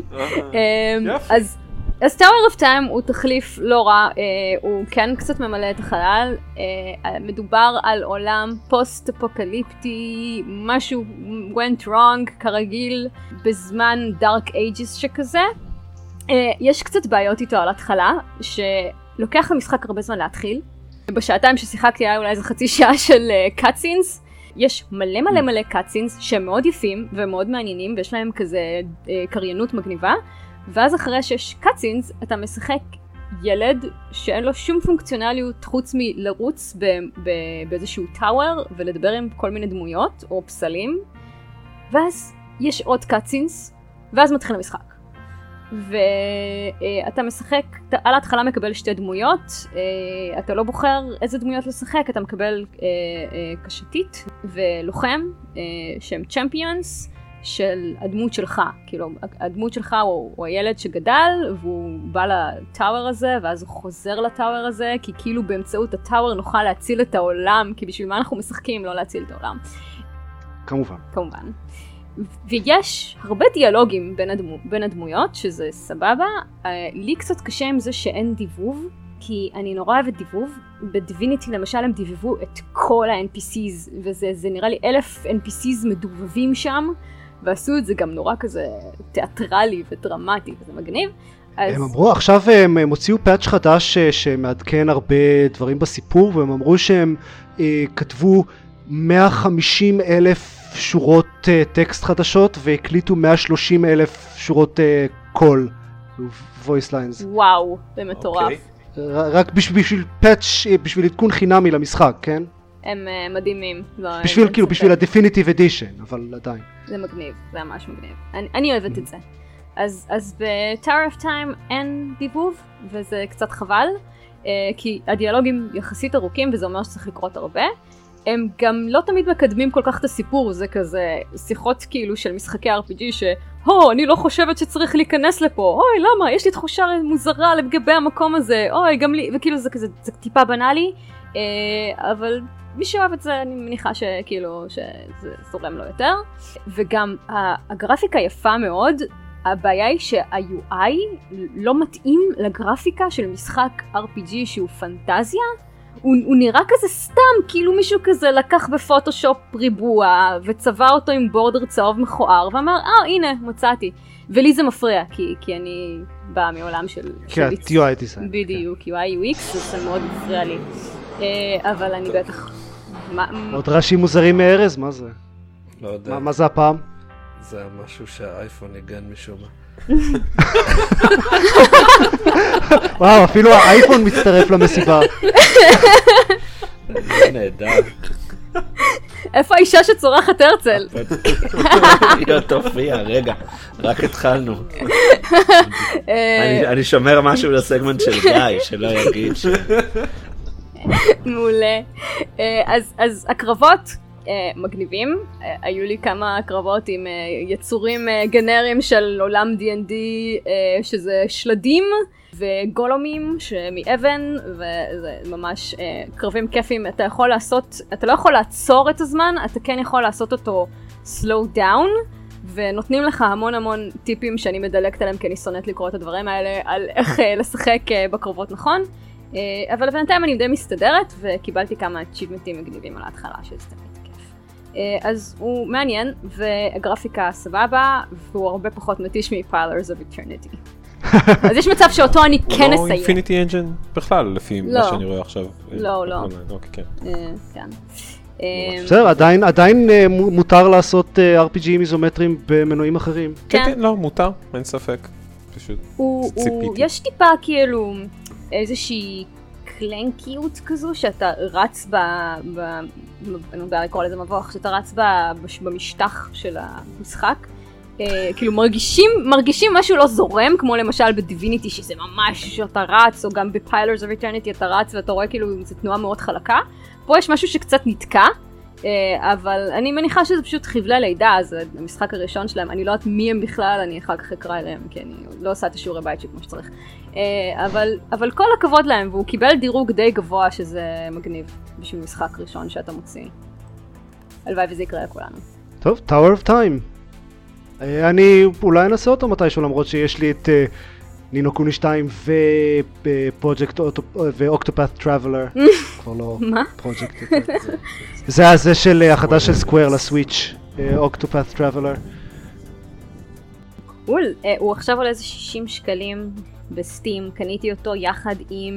אז Tower of Time הוא תחליף לא רע, הוא כן קצת ממלא את החלל, מדובר על עולם פוסט-אפוקליפטי, משהו went wrong כרגיל בזמן Dark Ages שכזה. יש קצת בעיות איתו על התחלה, שלוקח למשחק הרבה זמן להתחיל. בשעתיים ששיחקתי היה אולי איזה חצי שעה של cutscenes. יש מלא cutscenes שהם מאוד יפים ומאוד מעניינים, ויש להם כזה קריינות מגניבה. ואז אחרי שיש קאצינס, אתה משחק ילד שאין לו שום פונקציונליות חוץ מלרוץ באיזשהו טאוור ולדבר עם כל מיני דמויות או פסלים, ואז יש עוד קאצינס, ואז מתחיל המשחק. ואתה משחק, על ההתחלה מקבל 2 דמויות, אתה לא בוחר איזה דמויות לשחק, אתה מקבל קשתית ולוחם שהם צ'מפיונס, של הדמות שלך, כאילו הדמות שלך הוא הילד שגדל והוא בא לטאוור הזה ואז הוא חוזר לטאוור הזה, כי כאילו באמצעות הטאוור נוכל להציל את העולם, כי בשביל מה אנחנו משחקים לא להציל את העולם. כמובן. ויש הרבה דיאלוגים בין הדמויות, שזה סבבה. לי קצת קשה עם זה שאין דיבוב, כי אני נורא אוהבת דיבוב. בדיוויניטי למשל הם דיבבו את כל ה-NPCs, וזה נראה לי 1000 NPCs מדובבים שם, ועשו את זה גם נורא כזה תיאטרלי ודרמטי, וזה מגניב. הם אמרו, עכשיו הם הוציאו פאץ' חדש שמעדכן הרבה דברים בסיפור, והם אמרו שהם כתבו 150,000 שורות טקסט חדשות, והקליטו 130,000 שורות קול, voice lines. וואו, זה מטורף. רק בשביל פאץ', בשביל עדכון חינמי למשחק, כן? הם מדהימים. בשביל כאילו, בשביל ה-Definitive Edition, אבל עדיין. זה מגניב, זה ממש מגניב. אני אוהבת את זה. אז ב-Tower of Time אין דיבוב, וזה קצת חבל, כי הדיאלוגים יחסית ארוכים, וזה אומר שצריך לקרות הרבה. הם גם לא תמיד מקדמים כל כך את הסיפור, זה כזה שיחות כאילו של משחקי RPG אני לא חושבת שצריך להיכנס לפה, אוי למה, יש לי תחושה מוזרה לגבי המקום הזה, אוי גם לי, וכאילו זה כזה, זה טיפה בנאלי, אבל מי שאוהב את זה אני מניחה שכאילו שזה זורם לו יותר, וגם הגרפיקה יפה מאוד, הבעיה היא שה-UI לא מתאים לגרפיקה של משחק RPG שהוא פנטזיה, הוא נראה כזה סתם, כאילו מישהו כזה לקח בפוטושופ ריבוע וצבע אותו עם בורדר צהוב מכוער ואמר, הנה, מצאתי. ולי זה מפריע, כי אני באה מעולם של... כן, UI דיזיין. בדיוק, UI UX, זה מאוד מפריע לי. אבל אני בטח... עוד רעשים מוזרים מארז, מה זה? לא יודע. מה זה הפעם? זה משהו שהאייפון ניגן משום מה. וואו, אפילו האייפון מצטרף למסיבה. זה נהדר. איפה האישה שצורחת הרצל? היא עוד תופיע, רגע, רק התחלנו. אני שומר משהו לסגמנט של גיא, שלא יגיד ש... מעולה. אז הקרבות מגניבים, היו לי כמה קרבות עם יצורים גנריים של עולם D&D, שזה שלדים וגולומים מאבן, וזה ממש קרבים כיפים. אתה לא יכול לעצור את הזמן, אתה כן יכול לעשות אותו slow down, ונותנים לך המון המון טיפים שאני מדלקת עליהם, כי אני שונאת לקרוא את הדברים האלה, על איך לשחק בקרבות נכון. אבל בינתיים אני די מסתדרת, וקיבלתי כמה achievement'ים מגניבים על ההתחלה, שזה תמיד כיף. אז הוא מעניין, והגרפיקה סבבה, והוא הרבה פחות מתיש מ-Pillars of Eternity. אז יש מצב שאותו אני כן אסיים. לא אינפיניטי אנג'ן בכלל, לפי מה שאני רואה עכשיו. לא. אוקיי, כן. בסדר, עדיין מותר לעשות RPGים איזומטריים במנועים אחרים. כן, לא, מותר, אין ספק. פשוט ציפיתי. יש טיפה כאילו איזושהי קלנקיות כזו, שאתה רץ אני יודע לקרוא לזה מבוך, שאתה רץ במשטח של המשחק, כאילו מרגישים משהו לא זורם, כמו למשל בדיוויניטי, שזה ממש שאתה רץ, או גם ב-Pillars of Eternity אתה רץ ואתה רואה כאילו זו תנועה מאוד חלקה. פה יש משהו שקצת נתקע, אבל אני מניחה שזה פשוט חבלי לידה, זה המשחק הראשון שלהם, אני לא יודעת מי הם בכלל, אני אחר כך אקרא אליהם, כי אני לא עושה את השיעורי בית שכמו שצריך. אבל כל הכבוד להם, והוא קיבל דירוג די גבוה, שזה מגניב בשביל משחק ראשון שאתה מוציא. הלוואי וזה יקרה לכולנו. טוב, Tower of Time. אני אולי אנסה אותו מתישהו, למרות שיש לי את נינו קוני 2 ופרויקט ואוקטופאת' טראבלר. כבר לא פרויקט. זה של החדש של סקוואר לסוויץ', אוקטופאת' טראבלר. הוא עכשיו עולה איזה 60 שקלים בסטים, קניתי אותו יחד עם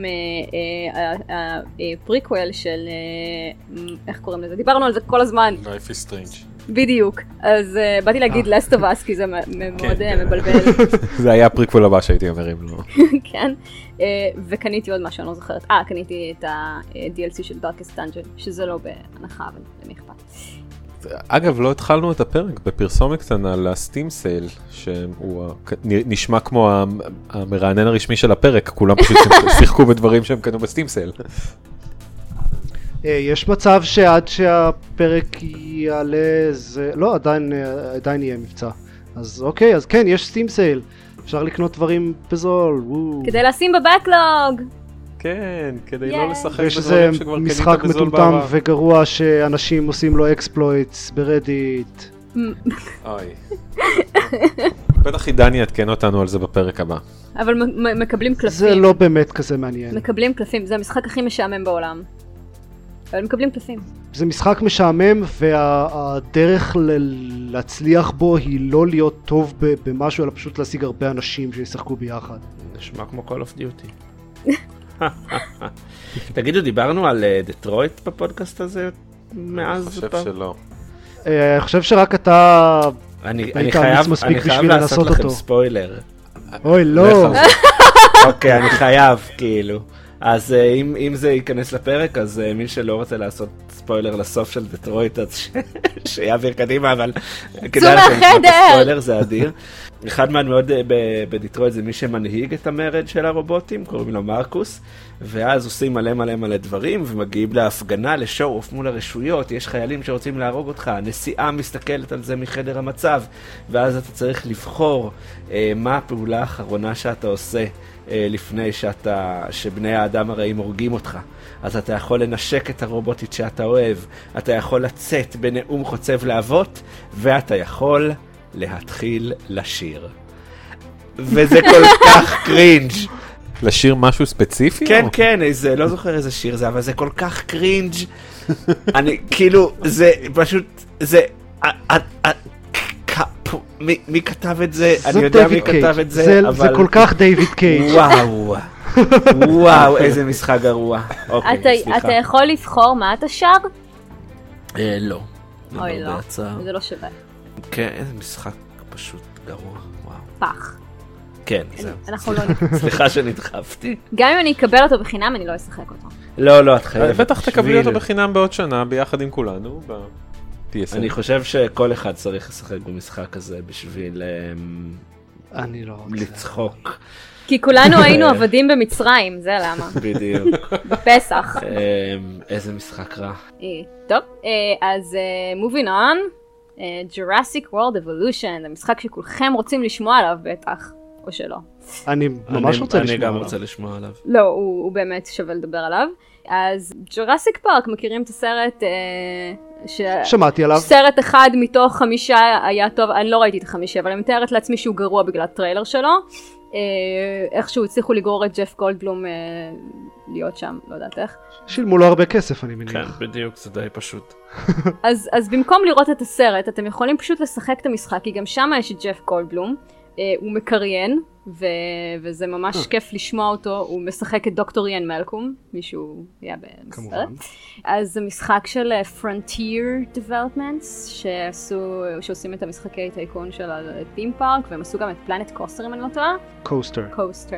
הפריקוול של, איך קוראים לזה? דיברנו על זה כל הזמן. Life is Strange. בדיוק, אז באתי להגיד Last of Us, כי זה מאוד מבלבל. זה היה הפריקוול הבא שהייתי אומר אם לא. כן, וקניתי עוד משהו, אני לא זוכרת. קניתי את ה-DLC של Darkest Dungeon, שזה לא בהנחה, אבל למי אכפת. אגב, לא התחלנו את הפרק בפרסומת קטנה לסטים סייל, שהוא נשמע כמו המרענן הרשמי של הפרק, כולם פשוט שיחקו בדברים שהם קנו בסטים סייל. יש מצב שעד שהפרק יעלה, לא, עדיין יהיה מבצע. אז אוקיי, אז כן, יש סטים סייל. אפשר לקנות דברים בזול. כדי לשים בבקלוג. כן, כדי לא לשחק יש בדברים איזה שכבר קנית משחק בזול מטומטם בעבר. וגרוע שאנשים עושים לו אקספלויטס ברדיט. אוי. בטח עידן יעדכן אותנו על זה בפרק הבא. אבל מקבלים קלפים. זה לא באמת כזה מעניין. מקבלים קלפים, זה המשחק הכי משעמם בעולם. אבל הם מקבלים קלפים. זה משחק משעמם, והדרך להצליח בו היא לא להיות טוב במשהו, אלא פשוט להשיג הרבה אנשים שישחקו ביחד. נשמע כמו Call of Duty. תגידו, דיברנו על דטרויט בפודקאסט הזה מאז? אני חושב שלא. אני חושב שרק אתה אני חייב לעשות לכם ספוילר. אוי, לא. אוקיי, אני חייב, כאילו. אז אם זה ייכנס לפרק, אז מי שלא רוצה לעשות ספוילר לסוף של דטרויט, אז שיעביר קדימה, אבל כדאי לכם לעשות ספוילר, זה אדיר. אחד מהדמויות בדטרויט זה מי שמנהיג את המרד של הרובוטים, קוראים לו מרקוס, ואז עושים מלא דברים, ומגיעים להפגנה, לשואו-אוף מול הרשויות, יש חיילים שרוצים להרוג אותך, הנשיאה מסתכלת על זה מחדר המצב, ואז אתה צריך לבחור מה הפעולה האחרונה שאתה עושה, לפני שבני האדם הרעים הורגים אותך. אז אתה יכול לנשק את הרובוטית שאתה אוהב, אתה יכול לצאת בנאום חוצב להבות, ואתה יכול להתחיל לשיר. וזה כל כך קרינג'. לשיר משהו ספציפי? כן, לא זוכר איזה שיר זה, אבל זה כל כך קרינג'. אני, כאילו, זה פשוט, זה, מי כתב את זה? אני יודע מי כתב את זה, אבל... זה כל כך דיוויד קייג'. וואו, איזה משחק גרוע. אוקיי, סליחה. אתה יכול לבחור מה אתה שר? לא. אוי, לא. זה לא שווה. כן, איזה משחק פשוט גרוע. וואו. פח. כן, זהו. אנחנו לא נדחף. סליחה שנדחפתי. גם אם אני אקבל אותו בחינם, אני לא אשחק אותו. לא, את חייבת. בטח תקבלי אותו בחינם בעוד שנה, ביחד עם כולנו. אני חושב שכל אחד צריך לשחק במשחק הזה בשביל אני לא רוצה לצחוק. כי כולנו היינו עבדים במצרים, זה למה. בדיוק. בפסח. איזה משחק רע. טוב, אז moving on, Jurassic World Evolution, זה משחק שכולכם רוצים לשמוע עליו בטח, או שלא. אני ממש רוצה לשמוע עליו. אני גם רוצה לשמוע עליו. לא, הוא באמת שווה לדבר עליו. אז Jurassic Park, מכירים את הסרט? שמעתי עליו. סרט אחד מתוך 5 היה טוב, אני לא ראיתי את 5, אבל אני מתארת לעצמי שהוא גרוע בגלל הטריילר שלו. איכשהו הצליחו לגרור את ג'ף גולדבלום להיות שם, לא יודעת איך. שילמו לו הרבה כסף, אני מניח. כן, בדיוק, זה די פשוט. אז במקום לראות את הסרט, אתם יכולים פשוט לשחק את המשחק, כי גם שם יש את ג'ף גולדבלום. הוא מקריין, וזה ממש כיף לשמוע אותו. הוא משחק את דוקטור איאן מלקום, מישהו היה בסרט. אז זה משחק של Frontier Developments, שעושים את המשחקי טייקון של הטים פארק, והם עשו גם את פלנט קוסטר, אם אני לא טועה. קוסטר.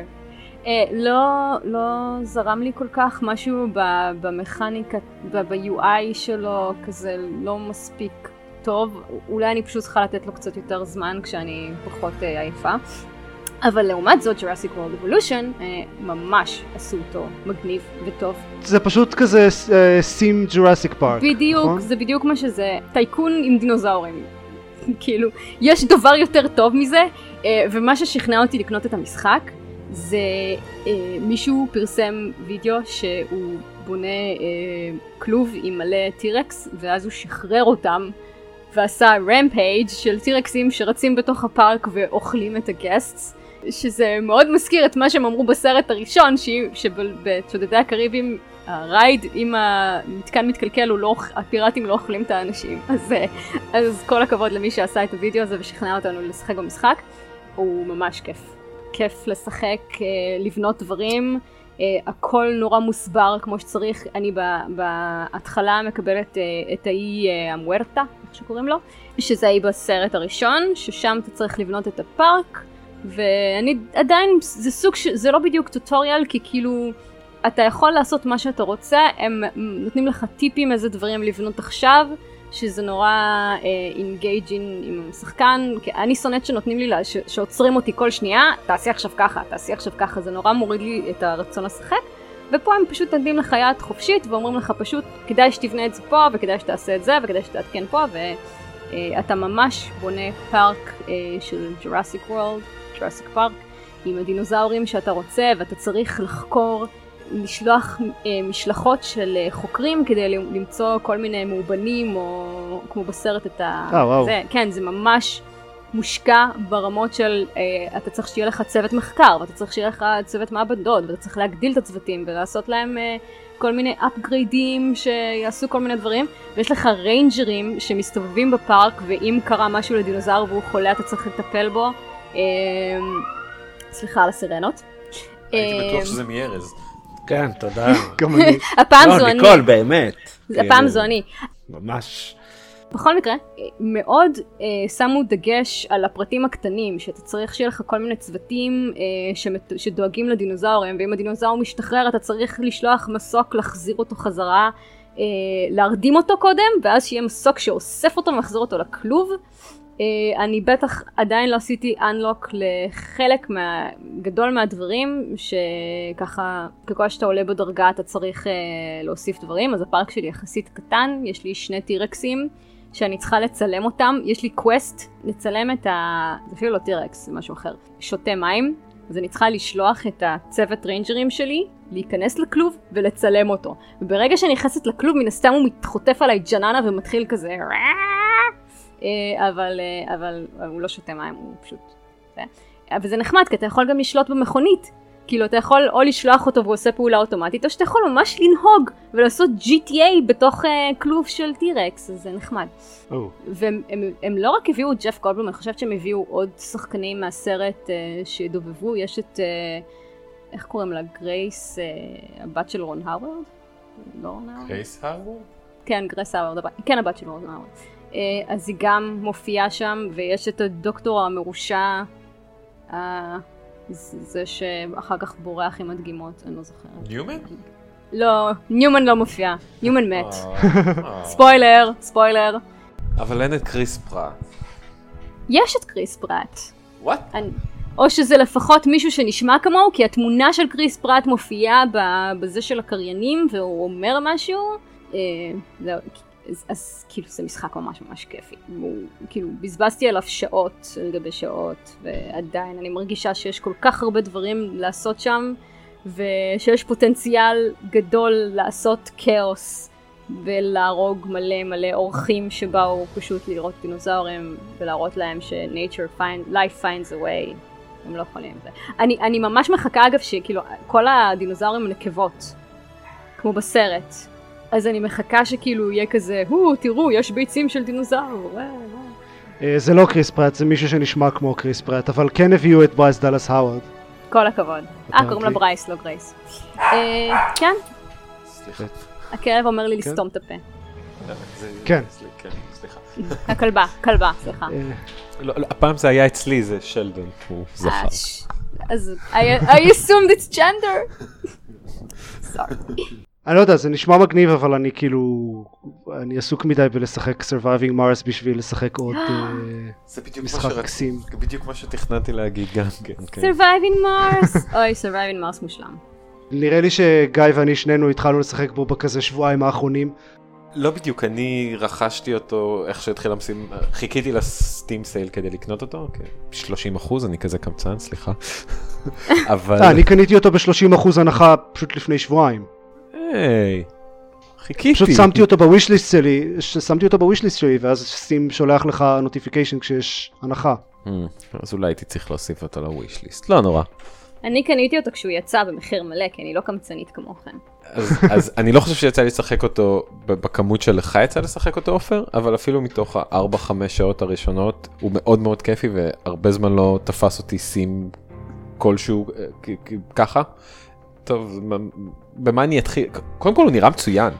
לא זרם לי כל כך, משהו במכניקה, ב-UI שלו, כזה לא מספיק טוב. אולי אני פשוט צריכה לתת לו קצת יותר זמן כשאני פחות עייפה. אבל לעומת זאת, Jurassic World Evolution ממש עשו אותו מגניב וטוב. זה פשוט כזה סים Jurassic Park. בדיוק, נכון? זה בדיוק מה שזה. טייקון עם דינוזאורים. כאילו, יש דבר יותר טוב מזה, ומה ששכנע אותי לקנות את המשחק, זה מישהו פרסם וידאו שהוא בונה כלוב עם מלא טירקס, ואז הוא שחרר אותם, ועשה רמפייג' של טירקסים שרצים בתוך הפארק ואוכלים את הגסטס, שזה מאוד מזכיר את מה שהם אמרו בסרט הראשון, שבצודדי הקריבים הרייד, אם המתקן מתקלקל, הפיראטים לא אוכלים את האנשים. אז כל הכבוד למי שעשה את הוידאו הזה ושכנע אותנו לשחק במשחק. הוא ממש כיף. כיף לשחק, לבנות דברים, הכל נורא מוסבר כמו שצריך. אני בהתחלה מקבלת את האי המוארטה, איך שקוראים לו, שזה האי בסרט הראשון, ששם אתה צריך לבנות את הפארק, ואני עדיין, זה סוג זה לא בדיוק טוטוריאל, כי כאילו אתה יכול לעשות מה שאתה רוצה, הם נותנים לך טיפים איזה דברים לבנות עכשיו, שזה נורא אינגייג'ין עם השחקן. אני שונאת שנותנים לי, שעוצרים אותי כל שנייה, תעשי עכשיו ככה, תעשי עכשיו ככה, זה נורא מוריד לי את הרצון לשחק, ופה הם פשוט נותנים לך יד חופשית, ואומרים לך פשוט, כדאי שתבנה את זה פה, וכדאי שתעשה את זה, וכדאי שתעדכן פה, ואתה ממש בונה פארק של Jurassic World, Jurassic Park, עם הדינוזאורים שאתה רוצה, ואתה צריך לחקור, לשלוח משלחות של חוקרים כדי למצוא כל מיני מאובנים, או כמו בסרט את ה... וואו. כן, זה ממש מושקע ברמות של אתה צריך שיהיה לך צוות מחקר, ואתה צריך שיהיה לך צוות מעבדות, ואתה צריך להגדיל את הצוותים ולעשות להם כל מיני אפגריידים שיעשו כל מיני דברים, ויש לך ריינג'רים שמסתובבים בפארק, ואם קרה משהו לדינוזאור והוא חולה אתה צריך לטפל בו. סליחה על הסירנות. הייתי בטוח שזה מארז. כן, תודה. גם אני. הפעם זו לא, אני. ניקול, באמת. הפעם זו אני. ממש. בכל מקרה, מאוד שמו דגש על הפרטים הקטנים, שאתה צריך שיהיה לך כל מיני צוותים שדואגים לדינוזאורים, ואם הדינוזאור משתחרר אתה צריך לשלוח מסוק להחזיר אותו חזרה, להרדים אותו קודם, ואז שיהיה מסוק שאוסף אותו ומחזיר אותו לכלוב. אני בטח עדיין לא עשיתי unlock לחלק גדול מהדברים, שככה ככל שאתה עולה בדרגה אתה צריך להוסיף דברים, אז הפארק שלי יחסית קטן, יש לי 2 טירקסים, שאני צריכה לצלם אותם, יש לי קווסט לצלם את זה אפילו לא טירקס, זה משהו אחר, שותה מים, אז אני צריכה לשלוח את הצוות ריינג'רים שלי, להיכנס לכלוב ולצלם אותו. וברגע שאני נכנסת לכלוב, מן הסתם הוא מתחוטף עליי ג'ננה ומתחיל כזה, אבל הוא לא שותה מים, הוא פשוט... אבל זה נחמד, כי אתה יכול גם לשלוט במכונית. כאילו, אתה יכול או לשלוח אותו והוא עושה פעולה אוטומטית, או שאתה יכול ממש לנהוג ולעשות GTA בתוך כלוב של טירקס, אז זה נחמד. והם לא רק הביאו את ג'ף גולדבלום, אני חושבת שהם הביאו עוד שחקנים מהסרט שדובבו, יש את, איך קוראים לה? גרייס, הבת של רון האוורד? לא רון האוורד? גרייס האוורד? כן, גרייס האוורד, כן הבת של רון האוורד. אז היא גם מופיעה שם, ויש את הדוקטור המרושע, זה שאחר כך בורח עם הדגימות, אני לא זוכרת. ניומן? לא, ניומן לא מופיע, ניומן מת. ספוילר, ספוילר. אבל אין את קריס פראט. יש את קריס פראט. וואט? או שזה לפחות מישהו שנשמע כמוהו, כי התמונה של קריס פראט מופיעה בזה של הקריינים, והוא אומר משהו. אז כאילו זה משחק ממש ממש כיפי. כאילו בזבזתי עליו שעות על גבי שעות, ועדיין אני מרגישה שיש כל כך הרבה דברים לעשות שם, ושיש פוטנציאל גדול לעשות כאוס, ולהרוג מלא מלא אורחים שבאו פשוט לראות דינוזאורים, ולהראות להם life finds a way. הם לא יכולים את זה. אני ממש מחכה אגב שכאילו כל הדינוזאורים נקבות, כמו בסרט. אז אני מחכה שכאילו יהיה כזה, תראו, יש ביצים של דינוזאור. זה לא קריס פראט, זה מישהו שנשמע כמו קריס פראט, אבל כן הביאו את ברייס דאלאס האוורד. כל הכבוד. קוראים לה ברייס, לא גרייס. כן? סליחה. הכלב אומר לי לסתום את הפה. כן. סליחה. הכלבה, כלבה, סליחה. הפעם זה היה אצלי, זה שלדון, הוא זכר. אז I assumed it's gender. Sorry. אני לא יודע, זה נשמע מגניב, אבל אני כאילו, אני עסוק מדי בלשחק Surviving Mars בשביל לשחק עוד משחק קסים. זה בדיוק מה שתכננתי להגיד גם כן. Surviving Mars. אוי, Surviving Mars מושלם. נראה לי שגיא ואני שנינו התחלנו לשחק בו בכזה שבועיים האחרונים. לא בדיוק, אני רכשתי אותו איך שהתחיל למשים, חיכיתי לסטים סייל כדי לקנות אותו, 30%, אני כזה קמצן, סליחה. אבל... אני קניתי אותו ב-30% הנחה פשוט לפני שבועיים. היי, חיכיתי. פשוט שמתי אותו בווישליסט שלי, ואז סטים שולח לך נוטיפיקיישן כשיש הנחה. אז אולי הייתי צריך להוסיף אותו לווישליסט, לא נורא. אני קניתי אותו כשהוא יצא במחיר מלא, כי אני לא קמצנית כמוכם. אז אני לא חושב שיצא לי לשחק אותו בכמות שלך יצא לשחק אותו אופר, אבל אפילו מתוך 4-5 שעות הראשונות הוא מאוד מאוד כיפי, והרבה זמן לא תפס אותי סים כלשהו ככה. טוב, במה אני אתחיל? קודם כל הוא נראה מצוין.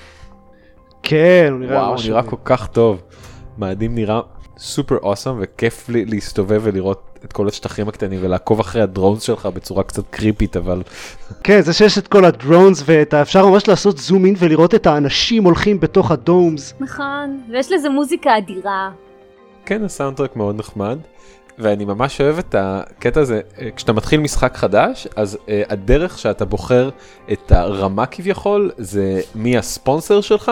כן, הוא נראה וואו, הוא נראה כל כך טוב. מאדים נראה סופר אוסם, וכיף להסתובב ולראות את כל השטחים הקטנים, ולעקוב אחרי הדרונס שלך בצורה קצת קריפית, אבל... כן, זה שיש את כל הדרונס, ואפשר ממש לעשות זום אין ולראות את האנשים הולכים בתוך הדומס. נכון, ויש לזה מוזיקה אדירה. כן, הסאונדטרק מאוד נחמד. ואני ממש אוהב את הקטע הזה, כשאתה מתחיל משחק חדש, אז הדרך שאתה בוחר את הרמה כביכול, זה מי הספונסר שלך,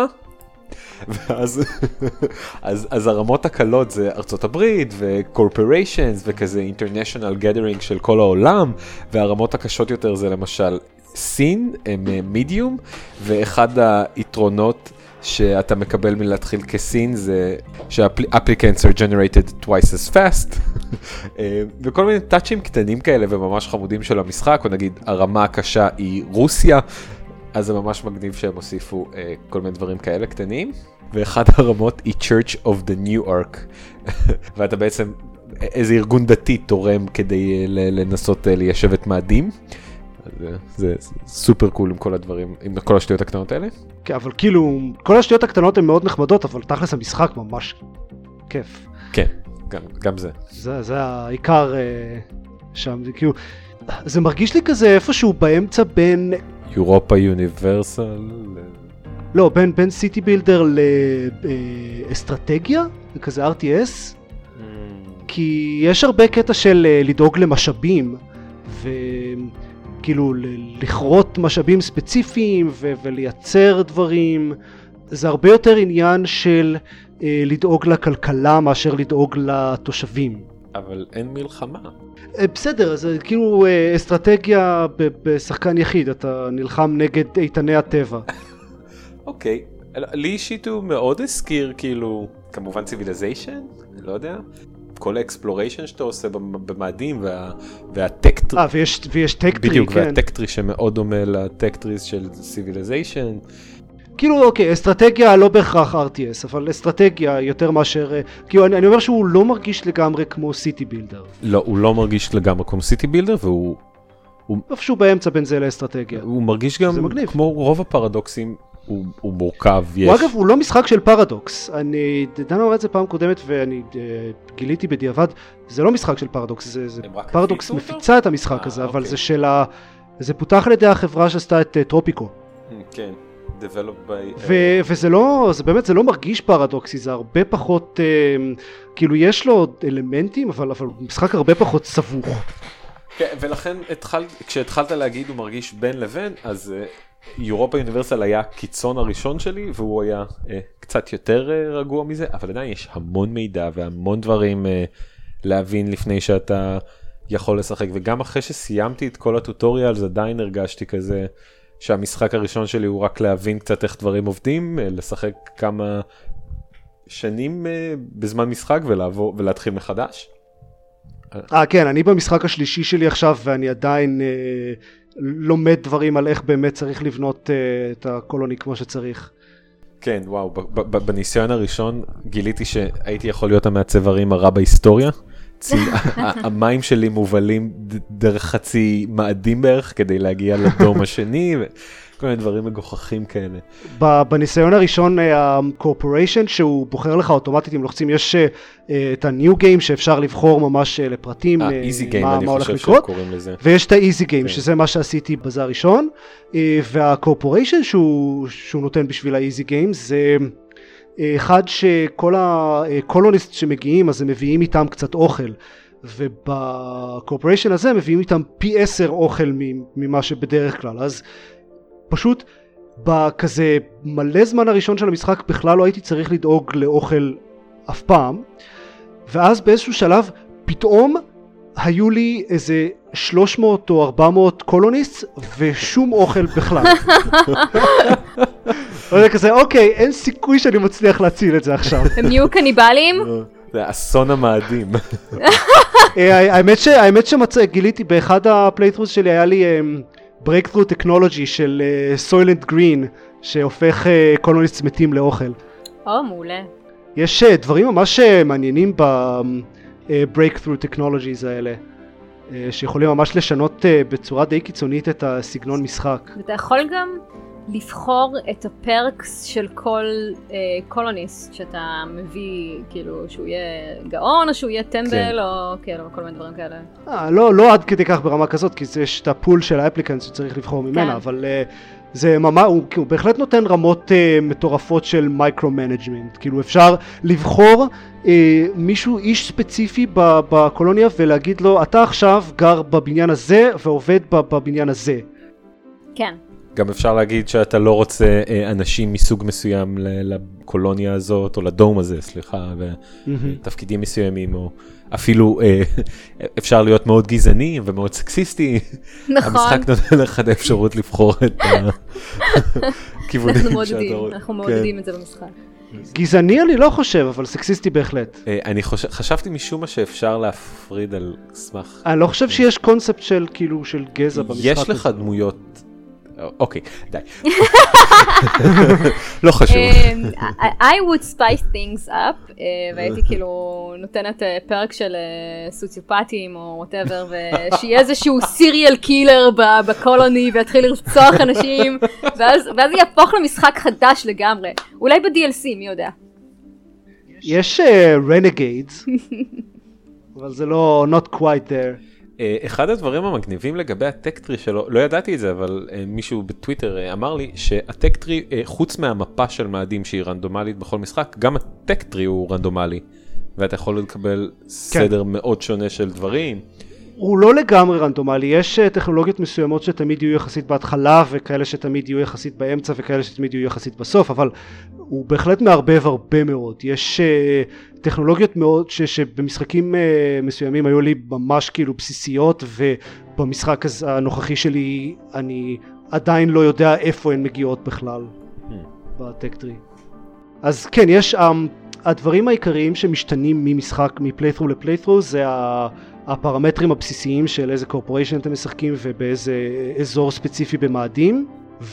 ואז אז הרמות הקלות זה ארצות הברית, וקורפוריישנס, וכזה אינטרנשיונל גדרינג של כל העולם, והרמות הקשות יותר זה למשל סין, הם מידיום, ואחד היתרונות שאתה מקבל מלהתחיל כסין זה שה-applicants are generated twice as fast וכל מיני טאצ'ים קטנים כאלה וממש חמודים של המשחק, או נגיד הרמה הקשה היא רוסיה, אז זה ממש מגניב שהם הוסיפו כל מיני דברים כאלה קטנים, ואחד הרמות היא Church of the New Ark ואתה בעצם איזה ארגון דתי תורם כדי לנסות ליישב את מאדים. זה סופר קול עם כל הדברים, עם כל השטויות הקטנות האלה. כן, אבל כאילו, כל השטויות הקטנות הן מאוד נחמדות, אבל תכלס המשחק ממש כיף. כן, גם זה. זה העיקר שם, זה כאילו, זה מרגיש לי כזה איפשהו באמצע בין... אירופה יוניברסל. לא, בין סיטי בילדר לאסטרטגיה, זה כזה RTS. כי יש הרבה קטע של לדאוג למשאבים, וכאילו לכרות משאבים ספציפיים ולייצר דברים. זה הרבה יותר עניין של לדאוג לכלכלה מאשר לדאוג לתושבים. אבל אין מלחמה. בסדר, זה כאילו אסטרטגיה בשחקן יחיד, אתה נלחם נגד איתני הטבע. אוקיי, לי אישית הוא מאוד הזכיר כאילו, כמובן ציוויליזיישן, לא יודע. כל האקספלוריישן שאתה עושה במאדים והטקטרי. ויש טקטרי, בדיוק, כן. והטקטרי שמאוד דומה לטקטריס של ציוויליזיישן. כאילו, אוקיי, אסטרטגיה לא בהכרח RTS, אבל אסטרטגיה יותר מאשר... כאילו, אני אומר שהוא לא מרגיש לגמרי כמו סיטי בילדר. לא, הוא לא מרגיש לגמרי כמו סיטי בילדר, והוא... איפשהו באמצע בין זה לאסטרטגיה. הוא מרגיש גם כמו רוב הפרדוקסים, הוא מורכב, יש... אגב, הוא לא משחק של פרדוקס. אני דנו על זה פעם קודמת, ואני גיליתי בדיעבד, זה לא משחק של פרדוקס, זה פרדוקס מפיצה את המשחק הזה, אבל זה של ה... זה פותח על ידי החברה שעשתה את טרופיקו. כן. וזה לא, זה באמת, זה לא מרגיש פרדוקסי, זה הרבה פחות, כאילו יש לו אלמנטים, אבל משחק הרבה פחות סבוך. כן, ולכן כשהתחלת להגיד הוא מרגיש בין לבין, אז אירופה יוניברסל היה קיצון הראשון שלי, והוא היה קצת יותר רגוע מזה, אבל עדיין יש המון מידע והמון דברים להבין לפני שאתה יכול לשחק, וגם אחרי שסיימתי את כל הטוטוריאל, אז עדיין הרגשתי כזה, שהמשחק הראשון שלי הוא רק להבין קצת איך דברים עובדים, לשחק כמה שנים בזמן משחק ולהתחיל מחדש. כן, אני במשחק השלישי שלי עכשיו, ואני עדיין לומד דברים על איך באמת צריך לבנות את הקולוני כמו שצריך. כן, וואו, בניסיון הראשון גיליתי שהייתי יכול להיות המעצב ערים הרע בהיסטוריה. המים שלי מובלים דרך חצי מאדים בערך כדי להגיע לדום השני וכל מיני דברים מגוחכים כאלה. בניסיון הראשון הקורפוריישן שהוא בוחר לך אוטומטית אם לוחצים, יש את ה-new game שאפשר לבחור ממש לפרטים easy game אני חושב שקוראים לזה, ויש את ה-easy game שזה מה שעשיתי בזה הראשון, והקורפוריישן שהוא נותן בשביל ה-easy game זה אחד שכל הקולוניסט שמגיעים אז הם מביאים איתם קצת אוכל, ובקורפוריישן הזה מביאים איתם פי 10 אוכל ממה שבדרך כלל. אז פשוט בכזה מלא זמן הראשון של המשחק בכלל לא הייתי צריך לדאוג לאוכל אף פעם, ואז באיזשהו שלב פתאום היו לי איזה 300 או 400 קולוניסט ושום אוכל בכלל. זה כזה, אוקיי, אין סיכוי שאני מצליח להציל את זה עכשיו. הם נהיו קניבלים? זה אסון המאדים. האמת שגיליתי באחד הפלייטרוס שלי היה לי breakthrough technology של Soylent Green שהופך קולוניסטס מתים לאוכל. מעולה. יש דברים ממש מעניינים ב-breakthrough technologies האלה, שיכולים ממש לשנות בצורה די קיצונית את הסגנון משחק. ואתה יכול גם לבחור את הפרקס של כל קולוניסט שאתה מביא, כאילו שהוא יהיה גאון או שהוא יהיה טמבל או כאילו כל מיני דברים כאלה. לא עד כדי כך ברמה כזאת, כי יש את הפול של האפליקנט שצריך לבחור ממנה, אבל זה ממש, הוא בהחלט נותן רמות מטורפות של מייקרו-מנג'מנט, כאילו אפשר לבחור מישהו, איש ספציפי בקולוניה ולהגיד לו, אתה עכשיו גר בבניין הזה ועובד בבניין הזה. כן. גם אפשר להגיד שאתה לא רוצה אנשים מסוג מסוים לקולוניה הזאת, או לדום הזה, סליחה, ותפקידים מסוימים, או אפילו אפשר להיות מאוד גזעני ומאוד סקסיסטי. נכון. המשחק נותן לך את האפשרות לבחור את כיוונים אנחנו שאתה מעודדים, רואה. אנחנו כן. מעודדים את זה במשחק. גזעני אני לא חושב, אבל סקסיסטי בהחלט. אני חשבתי משום מה שאפשר להפריד על סמך. אני לא חושב שיש קונספט של כאילו של גזע במשחק. יש לך דמויות. אוקיי, די. לא חשוב. I would spice things up, והייתי כאילו נותנת פרק של סוציופטים או whatever, ושיהיה איזשהו סיריאל קילר בקולוני ויתחיל לרצוח אנשים, ואז יהפוך למשחק חדש לגמרי. אולי ב-DLC, מי יודע. יש רנגיידס, אבל זה לא not quite there. אחד הדברים המגניבים לגבי הטקטרי שלו, לא ידעתי את זה, אבל מישהו בטוויטר אמר לי שהטקטרי, חוץ מהמפה של מאדים שהיא רנדומלית בכל משחק, גם הטקטרי הוא רנדומלי, ואתה יכול לקבל סדר מאוד שונה של דברים. הוא לא לגמרי רנדומלי, יש טכנולוגיות מסוימות שתמיד יהיו יחסית בהתחלה, וכאלה שתמיד יהיו יחסית באמצע, וכאלה שתמיד יהיו יחסית בסוף, אבל הוא בהחלט מערבב הרבה מאוד. יש טכנולוגיות מאוד שבמשחקים מסוימים היו לי ממש כאילו בסיסיות, ובמשחק הנוכחי שלי אני עדיין לא יודע איפה הן מגיעות בכלל בטקטרי. אז כן, יש הדברים העיקריים שמשתנים ממשחק, מפליית'רו לפליית'רו, זה הפרמטרים הבסיסיים של איזה קורפוריישן אתם משחקים ובאיזה אזור ספציפי במאדים,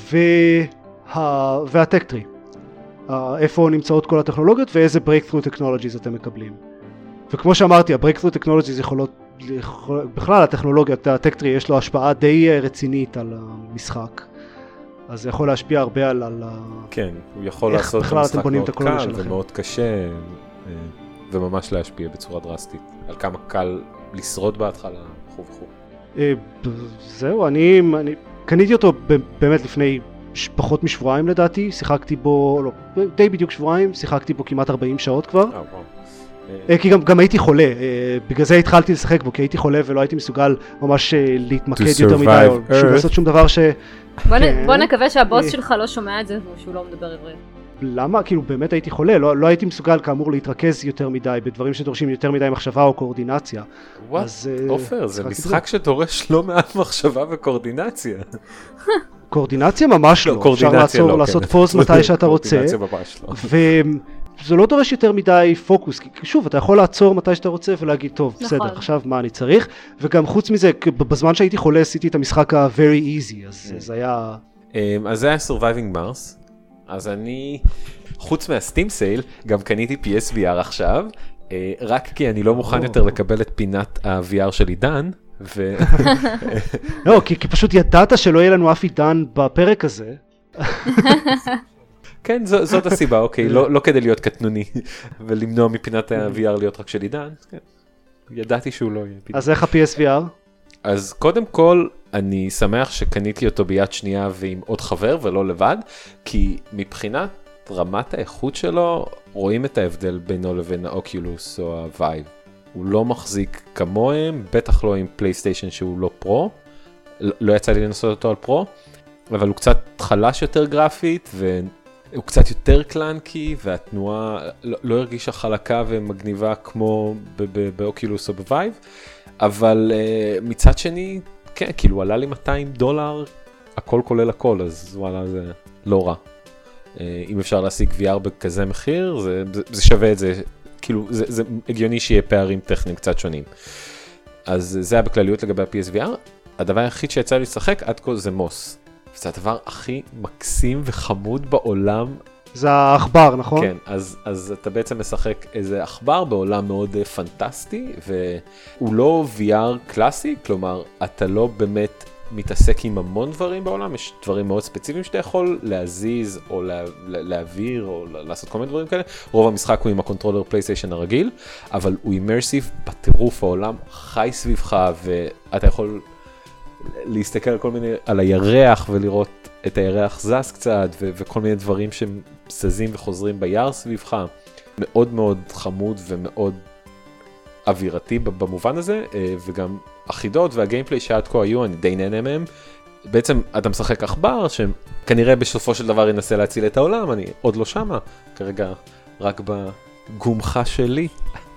והטקטרי. איפה נמצאות כל הטכנולוגיות ואיזה breakthrough technologies אתם מקבלים. וכמו שאמרתי, ה-breakthrough technologies יכולות, בכלל הטכנולוגיות, הטקטרי יש לו השפעה די רצינית על המשחק. אז זה יכול להשפיע הרבה על כן, הוא יכול לעשות את המשחק מאוד קל ומאוד קשה, וממש להשפיע בצורה דרסטית. על כמה קל לשרוד בהתחלה, וכו'. זהו, אני קניתי אותו באמת לפני פחות משבועיים לדעתי, שיחקתי בו, לא, די בדיוק שבועיים, שיחקתי בו כמעט 40 שעות כבר. כי גם הייתי חולה, בגלל זה התחלתי לשחק בו, כי הייתי חולה ולא הייתי מסוגל ממש להתמקד יותר מדי, או לעשות שום דבר ש... בוא נקווה שהבוס שלך לא שומע את זה, שהוא לא מדבר עברית. למה? כאילו באמת הייתי חולה, לא הייתי מסוגל כאמור להתרכז יותר מדי, בדברים שדורשים יותר מדי מחשבה או קואורדינציה. אופר, זה משחק שדורש לא מעט מחשבה וקואורדינציה. קואורדינציה ממש לא, אפשר לעשות פוז מתי שאתה רוצה, וזה לא דורש יותר מדי פוקוס, כי שוב, אתה יכול לעצור מתי שאתה רוצה ולהגיד, טוב, בסדר, עכשיו מה אני צריך, וגם חוץ מזה, בזמן שהייתי חולה עשיתי את המשחק ה-very easy, אז זה היה... אז זה היה Surviving Mars, אז אני, חוץ מהסטים סייל, גם קניתי PSVR עכשיו, רק כי אני לא מוכן יותר לקבל את פינת ה-VR של עידן, לא, כי פשוט ידעת שלא יהיה לנו אף עידן בפרק הזה. כן, זאת הסיבה, אוקיי, לא כדי להיות קטנוני ולמנוע מפינת ה-VR להיות רק של עידן, ידעתי שהוא לא יהיה. אז איך ה-PSVR? אז קודם כל, אני שמח שקניתי אותו ביד שנייה ועם עוד חבר ולא לבד, כי מבחינת רמת האיכות שלו, רואים את ההבדל בינו לבין האוקיולוס או הווייב. הוא לא מחזיק כמוהם, בטח לא עם פלייסטיישן שהוא לא פרו, לא יצא לי לנסות אותו על פרו, אבל הוא קצת חלש יותר גרפית, והוא קצת יותר קלנקי, והתנועה לא הרגישה חלקה ומגניבה כמו באוקילוס או בווייב, אבל מצד שני, כן, כאילו עלה לי $200, הכל כולל הכל, אז וואלה, זה לא רע. אם אפשר להשיג VR בכזה מחיר, זה שווה את זה, כאילו, זה הגיוני שיהיה פערים טכניים קצת שונים. אז זה היה בכלליות לגבי ה-PSVR. הדבר היחיד שיצא לי לשחק עד כה זה מוס. זה הדבר הכי מקסים וחמוד בעולם. זה האחבר, נכון? כן, אז אתה בעצם משחק איזה אחבר בעולם מאוד פנטסטי, והוא לא VR קלאסי, כלומר, אתה לא באמת מתעסק עם המון דברים בעולם, יש דברים מאוד ספציפיים שאתה יכול להזיז או להעביר או לעשות כל מיני דברים כאלה. רוב המשחק הוא עם הקונטרולר פלייסטיישן הרגיל, אבל הוא אימרסיב בטירוף, העולם חי סביבך, ואתה יכול להסתכל על כל מיני, על הירח ולראות את הירח זז קצת, וכל מיני דברים שזזים וחוזרים ביער סביבך. מאוד מאוד חמוד ומאוד אווירתי במובן הזה, וגם החידות והגיימפליי שעד כה היו, אני די נהנה מהם. בעצם אתה משחק אחבר שכנראה בסופו של דבר ינסה להציל את העולם, אני עוד לא שמה, כרגע רק בגומחה שלי.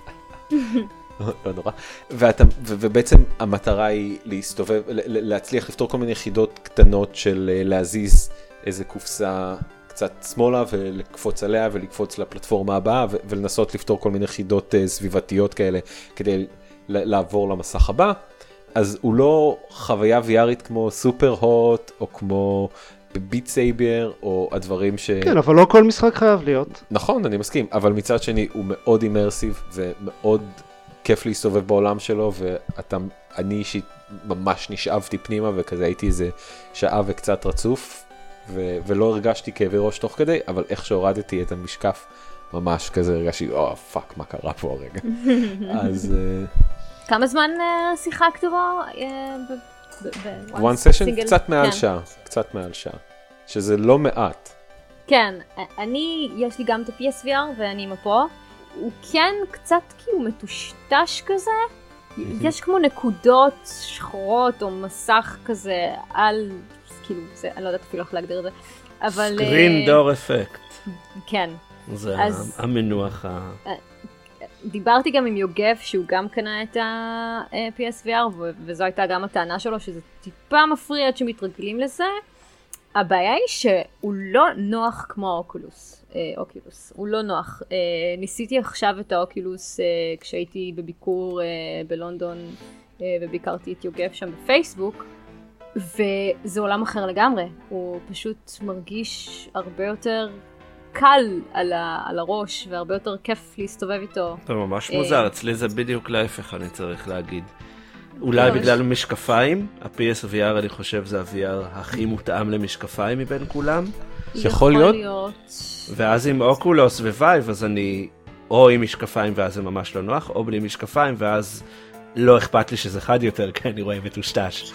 לא נורא. ובעצם המטרה היא להסתובב, להצליח לפתור כל מיני יחידות קטנות של להזיז איזה קופסה קצת שמאלה ולקפוץ עליה ולקפוץ לפלטפורמה הבאה ולנסות לפתור כל מיני חידות סביבתיות כאלה כדי לעבור למסך הבא. אז הוא לא חוויה VRית כמו סופר הוט או כמו ביט סייבר או הדברים כן, אבל לא כל משחק חייב להיות. נכון, אני מסכים, אבל מצד שני הוא מאוד אימרסיב ומאוד כיף להסתובב בעולם שלו, ואני אישית ממש נשאבתי פנימה וכזה הייתי איזה שעה וקצת רצוף, ולא הרגשתי כאבי ראש תוך כדי, אבל איך שהורדתי את המשקף ממש כזה הרגשתי, פאק, מה קרה פה הרגע. אז כמה זמן שיחקת בו? one session? קצת מעל שעה, קצת מעל שעה, שזה לא מעט. כן, יש לי גם את ה-PSVR ואני פה, הוא כן קצת כאילו מטושטש כזה, יש כמו נקודות שחורות או מסך כזה על, כאילו, אני לא יודעת אפילו איך להגדיר את זה, אבל סקרין דור אפקט. כן. זה המנוח דיברתי גם עם יוגב שהוא גם קנה את ה-PSVR וזו הייתה גם הטענה שלו שזה טיפה מפריע עד שמתרגלים לזה. הבעיה היא שהוא לא נוח כמו האוקולוס, הוא לא נוח. ניסיתי עכשיו את האוקולוס כשהייתי בביקור בלונדון וביקרתי את יוגב שם בפייסבוק, וזה עולם אחר לגמרי, הוא פשוט מרגיש הרבה יותר קל על הראש והרבה יותר כיף להסתובב איתו. זה ממש מוזר, אצלי זה בדיוק להפך אני צריך להגיד. אולי בגלל משקפיים, ה-PSVR אני חושב זה ה-VR הכי מותאם למשקפיים מבין כולם. יכול להיות. ואז עם אוקולוס ווייב אז אני או עם משקפיים ואז זה ממש לא נוח, או בלי משקפיים ואז לא אכפת לי שזה חד יותר, כי אני רואה מטושטש.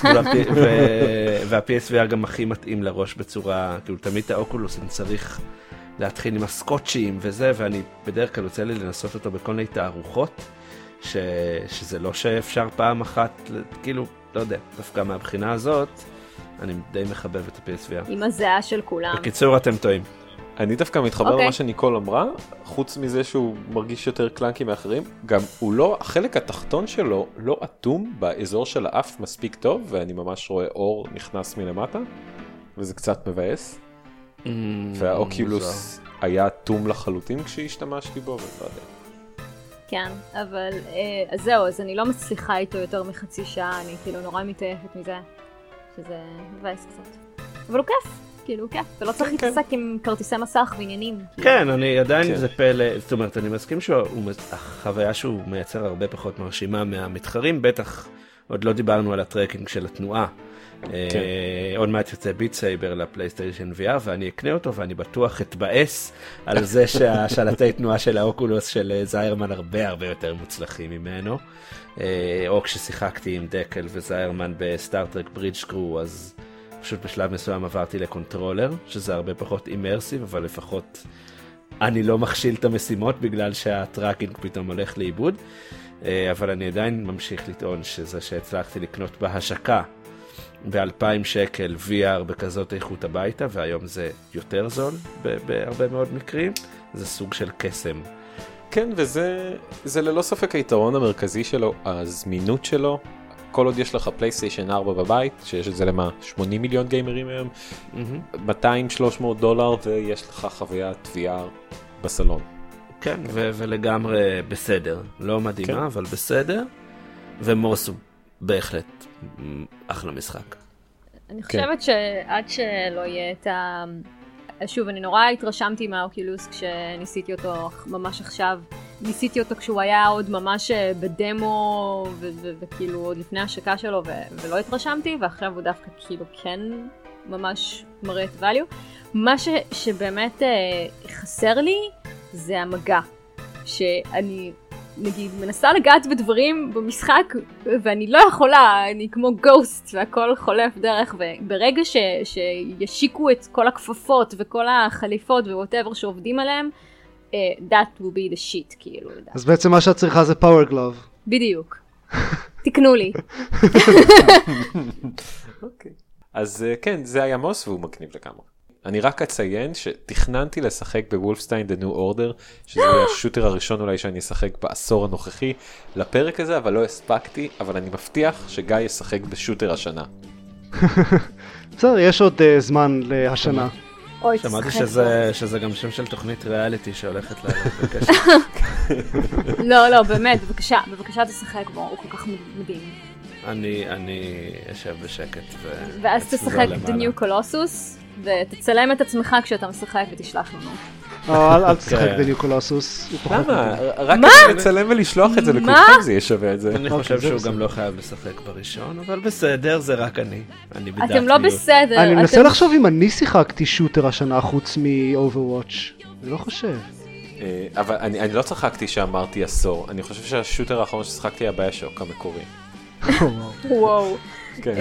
וה-PSVR גם הכי מתאים לראש בצורה, כאילו תמיד את האוקולוס אני צריך להתחיל עם הסקוטשים וזה, ואני בדרך כלל רוצה לי לנסות אותו בכל מיני תערוכות, שזה לא שאפשר פעם אחת, כאילו, לא יודע, דווקא מהבחינה הזאת, אני די מחבב את ה-PSVR. עם הזהה של כולם. בקיצור, אתם טועים. אני דווקא מתחבר למה שניקול אמרה, חוץ מזה שהוא מרגיש יותר קלנקי מאחרים, גם הוא לא, החלק התחתון שלו לא אטום באזור של האף מספיק טוב, ואני ממש רואה אור נכנס מלמטה, וזה קצת מבאס. והאוקילוס היה אטום לחלוטין כשהשתמשתי בו, ולא יודע. כן, אבל אז זהו, אז אני לא מצליחה איתו יותר מחצי שעה, אני כאילו נורא מתעייפת מזה, שזה מבאס קצת. אבל הוא כיף. כאילו, כן, ולא צריך להתעסק עם כרטיסי מסך ועניינים. כן, אני עדיין זה פלא, זאת אומרת, אני מסכים שהחוויה שהוא מייצר הרבה פחות מרשימה מהמתחרים, בטח עוד לא דיברנו על הטרקינג של התנועה. עוד מעט יוצא ביט סייבר לפלייסטיישן VR, ואני אקנה אותו, ואני בטוח אתבאס על זה שהשלטי תנועה של האוקולוס של זיירמן הרבה הרבה יותר מוצלחים ממנו. או כששיחקתי עם דקל וזיירמן בסטארטרק ברידג' קרו, אז פשוט בשלב מסוים עברתי לקונטרולר, שזה הרבה פחות אימרסיב, אבל לפחות אני לא מכשיל את המשימות בגלל שהטראקינג פתאום הולך לאיבוד. אבל אני עדיין ממשיך לטעון שזה שהצלחתי לקנות בהשקה ב2,000 שקל VR בכזאת איכות הביתה, והיום זה יותר זול בהרבה מאוד מקרים, זה סוג של קסם. כן, וזה ללא ספק היתרון המרכזי שלו, הזמינות שלו. כל עוד יש לך פלייסטיישן 4 בבית, שיש את זה למה 80 מיליון גיימרים היום, $200-300 ויש לך חוויית VR בסלון. כן, ולגמרי בסדר. לא מדהימה, אבל בסדר. ומוס הוא בהחלט אחלה משחק. אני חושבת שעד שלא יהיה את ה... שוב, אני נורא התרשמתי מהאוקילוס כשניסיתי אותו ממש עכשיו. ניסיתי אותו כשהוא היה עוד ממש בדמו וכאילו עוד לפני השקה שלו ולא התרשמתי, ועכשיו הוא דווקא כאילו כן ממש מראה את value. מה שבאמת חסר לי זה המגע, שאני נגיד מנסה לגעת בדברים במשחק ואני לא יכולה, אני כמו גוסט והכל חולף דרך, וברגע שישיקו את כל הכפפות וכל החליפות ווואטאבר שעובדים עליהם, that will be the shit, כאילו. אז בעצם מה שאת צריכה זה power glove. בדיוק. תקנו לי. אוקיי. אז כן, זה היה מוס והוא מגניב לגמרי. אני רק אציין שתכננתי לשחק בוולפסטיין The New Order, שזה השוטר הראשון אולי שאני אשחק בעשור הנוכחי לפרק הזה, אבל לא הספקתי, אבל אני מבטיח שגיא ישחק בשוטר השנה. בסדר, יש עוד זמן להשנה. אוי, שמעתי תשחק שזה גם שם של תוכנית ריאליטי שהולכת לבקש. לא, באמת, בבקשה תשחק בו, הוא כל כך מדהים. אני אשב בשקט ואז תשחק The New Colossus, ותצלם את עצמך כשאתה משחק ותשלח לנו. אל תשחק The New Colossus, הוא פחות למה? מדהים. רק לצלם ולשלוח את זה לכולכם זה יהיה שווה את זה. אני חושב שהוא גם לא חייב לשחק בראשון, אבל בסדר, זה רק אני. אתם לא בסדר. אני מנסה לחשוב אם אני שיחקתי שוטר השנה חוץ מ-Overwatch. אני לא חושב. אבל אני לא צחקתי שאמרתי עשור. אני חושב שהשוטר האחרון ששחקתי היה ביושוק המקורי. וואו. כן.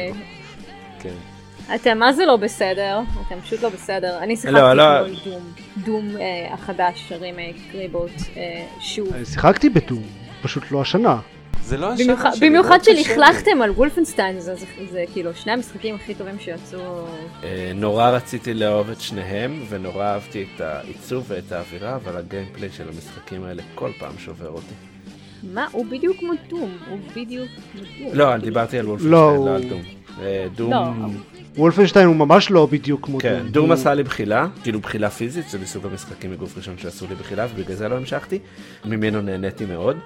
כן. אתם מה זה לא בסדר? אתם פשוט לא בסדר. אני שיחקתי כמו דום החדש, רימייק, ריבוט, שוב. אני שיחקתי בדום, פשוט לא השנה. זה לא השנה שלי. במיוחד שלכלכתם על וולפנשטיין, זה כאילו שני המשחקים הכי טובים שיצאו. נורא רציתי לאהוב את שניהם, ונורא אהבתי את העיצוב ואת האווירה, אבל הגיימפליי של המשחקים האלה כל פעם שובר אותי. מה? הוא בדיוק כמו דום, הוא בדיוק כמו דום. לא, דיברתי על וולפנשטיין, לא על דום. דום... וולפנשטיין הוא ממש לא בדיוק כמו כן, דום עשה לי בחילה, כאילו בחילה פיזית, זה מסוג המשחקים מגוף ראשון שעשו לי בחילה, ובגלל זה לא המשכתי, ממנו נהניתי מאוד.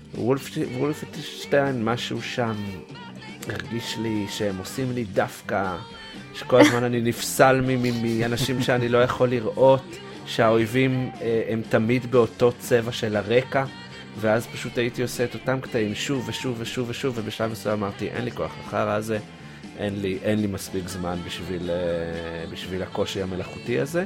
וולפנשטיין, משהו שם הרגיש לי שהם עושים לי דווקא, שכל הזמן אני נפסל מאנשים שאני לא יכול לראות, שהאויבים הם תמיד באותו צבע של הרקע, ואז פשוט הייתי עושה את אותם קטעים שוב ושוב ושוב ושוב, ובשלב מסוים אמרתי, אין לי כוח לחרא הזה, אין לי מספיק זמן בשביל הקושי המלאכותי הזה,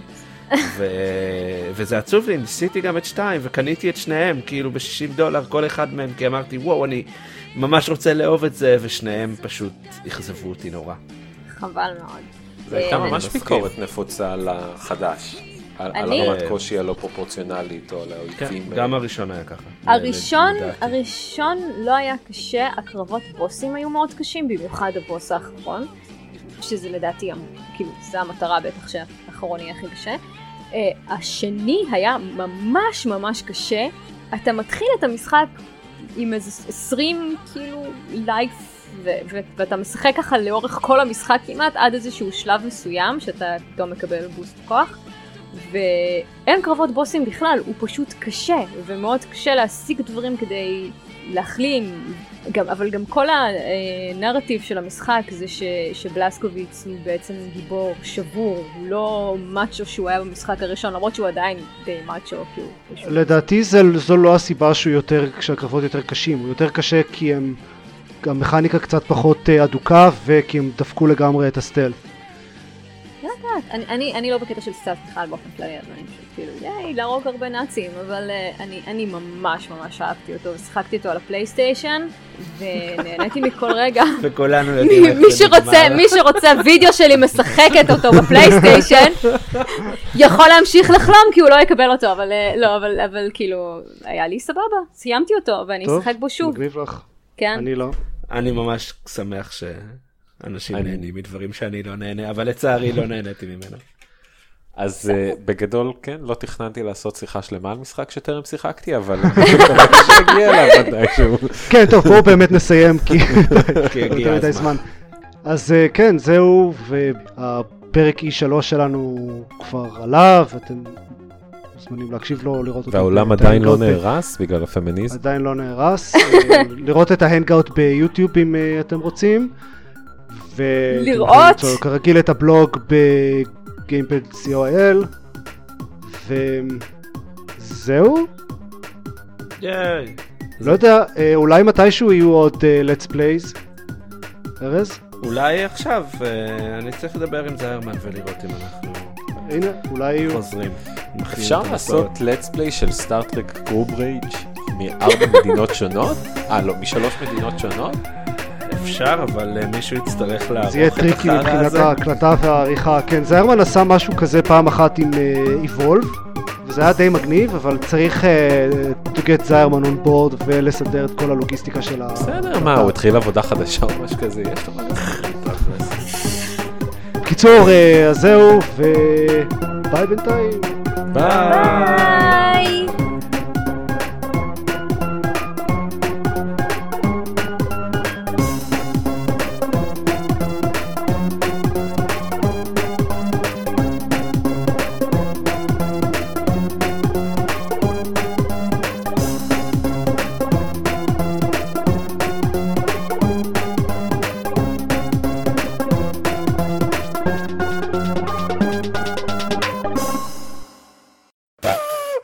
וזה עצוב לי, ניסיתי גם את 2 וקניתי את שניהם, כאילו $60 כל אחד מהם, כי אמרתי, וואו, אני ממש רוצה לאהוב את זה, ושניהם פשוט אכזבו אותי נורא. חבל מאוד. זה הייתה ממש ביקורת נפוצה על החדש, על הרמת קושי הלא פרופורציונלית או על האויבים. גם הראשון היה ככה. הראשון לא היה קשה, הקרבות בוסים היו מאוד קשים, במיוחד הבוס האחרון, שזה לדעתי, כאילו, זה המטרה בטח שהאחרון יהיה הכי קשה. השני היה ממש ממש קשה, אתה מתחיל את המשחק עם איזה 20 כאילו לייף, ואתה משחק ככה לאורך כל המשחק כמעט עד איזשהו שלב מסוים שאתה פתאום מקבל בוסט כוח, ואין קרבות בוסים בכלל, הוא פשוט קשה, ומאוד קשה להשיג דברים כדי להחלים, אבל גם כל הנרטיב של המשחק זה שבלסקוביץ הוא בעצם גיבור שבור, הוא לא מאצ'ו שהוא היה במשחק הראשון, למרות שהוא עדיין די מאצ'ו. לדעתי זו לא הסיבה שהקרבות יותר קשים, הוא יותר קשה כי המכניקה קצת פחות אדוקה וכי הם דפקו לגמרי את הסטל. אני לא בקטע של סטאפ בכלל באופן כללי, אז אני פשוט כאילו, להרוג הרבה נאצים, אבל אני ממש ממש אהבתי אותו, ושיחקתי אותו על הפלייסטיישן, ונהניתי מכל רגע. וכולנו יודעים מי שרוצה וידאו שלי משחקת אותו בפלייסטיישן, יכול להמשיך לחלום כי הוא לא יקבל אותו, אבל לא, אבל כאילו, היה לי סבבה, סיימתי אותו, ואני אשחק בו שוב. טוב, מגניב לך. כן? אני לא. אני ממש שמח אנשים נהנים מדברים שאני לא נהנה, אבל לצערי לא נהניתי ממנו. אז בגדול, כן, לא תכננתי לעשות שיחה שלמה על משחק שטרם שיחקתי, אבל אני מקווה שהגיע אליו מתישהו. כן, טוב, בואו באמת נסיים, כי יותר מדי זמן. אז כן, זהו, והפרק E3 שלנו כבר עלה, ואתם מוזמנים להקשיב לו, לראות אותו. והעולם עדיין לא נהרס בגלל הפמיניזם? עדיין לא נהרס. לראות את ההנגאוט ביוטיוב אם אתם רוצים. לראות כרגיל את הבלוג ב-gamepad.co.il וזהו. לא יודע, אולי מתישהו יהיו עוד let's plays. ארז? אולי עכשיו, אני צריך לדבר עם זיירמן ולראות אם אנחנו הנה, אולי יהיו חוזרים. אפשר לעשות let's play של סטארטרק גרוב רייג' מ4 מדינות שונות? לא, מ3 מדינות שונות? אפשר, אבל מישהו יצטרך לערוך זה יהיה טריקי מבחינת ההקלטה והעריכה. כן, זיירמן עשה משהו כזה פעם אחת עם Evolve, וזה היה די מגניב, אבל צריך to get זיירמן on board ולסדר את כל הלוגיסטיקה של בסדר, מה, הוא התחיל עבודה חדשה או משהו כזה, יש לו מה. בקיצור, אז זהו, וביי בינתיים. ביי.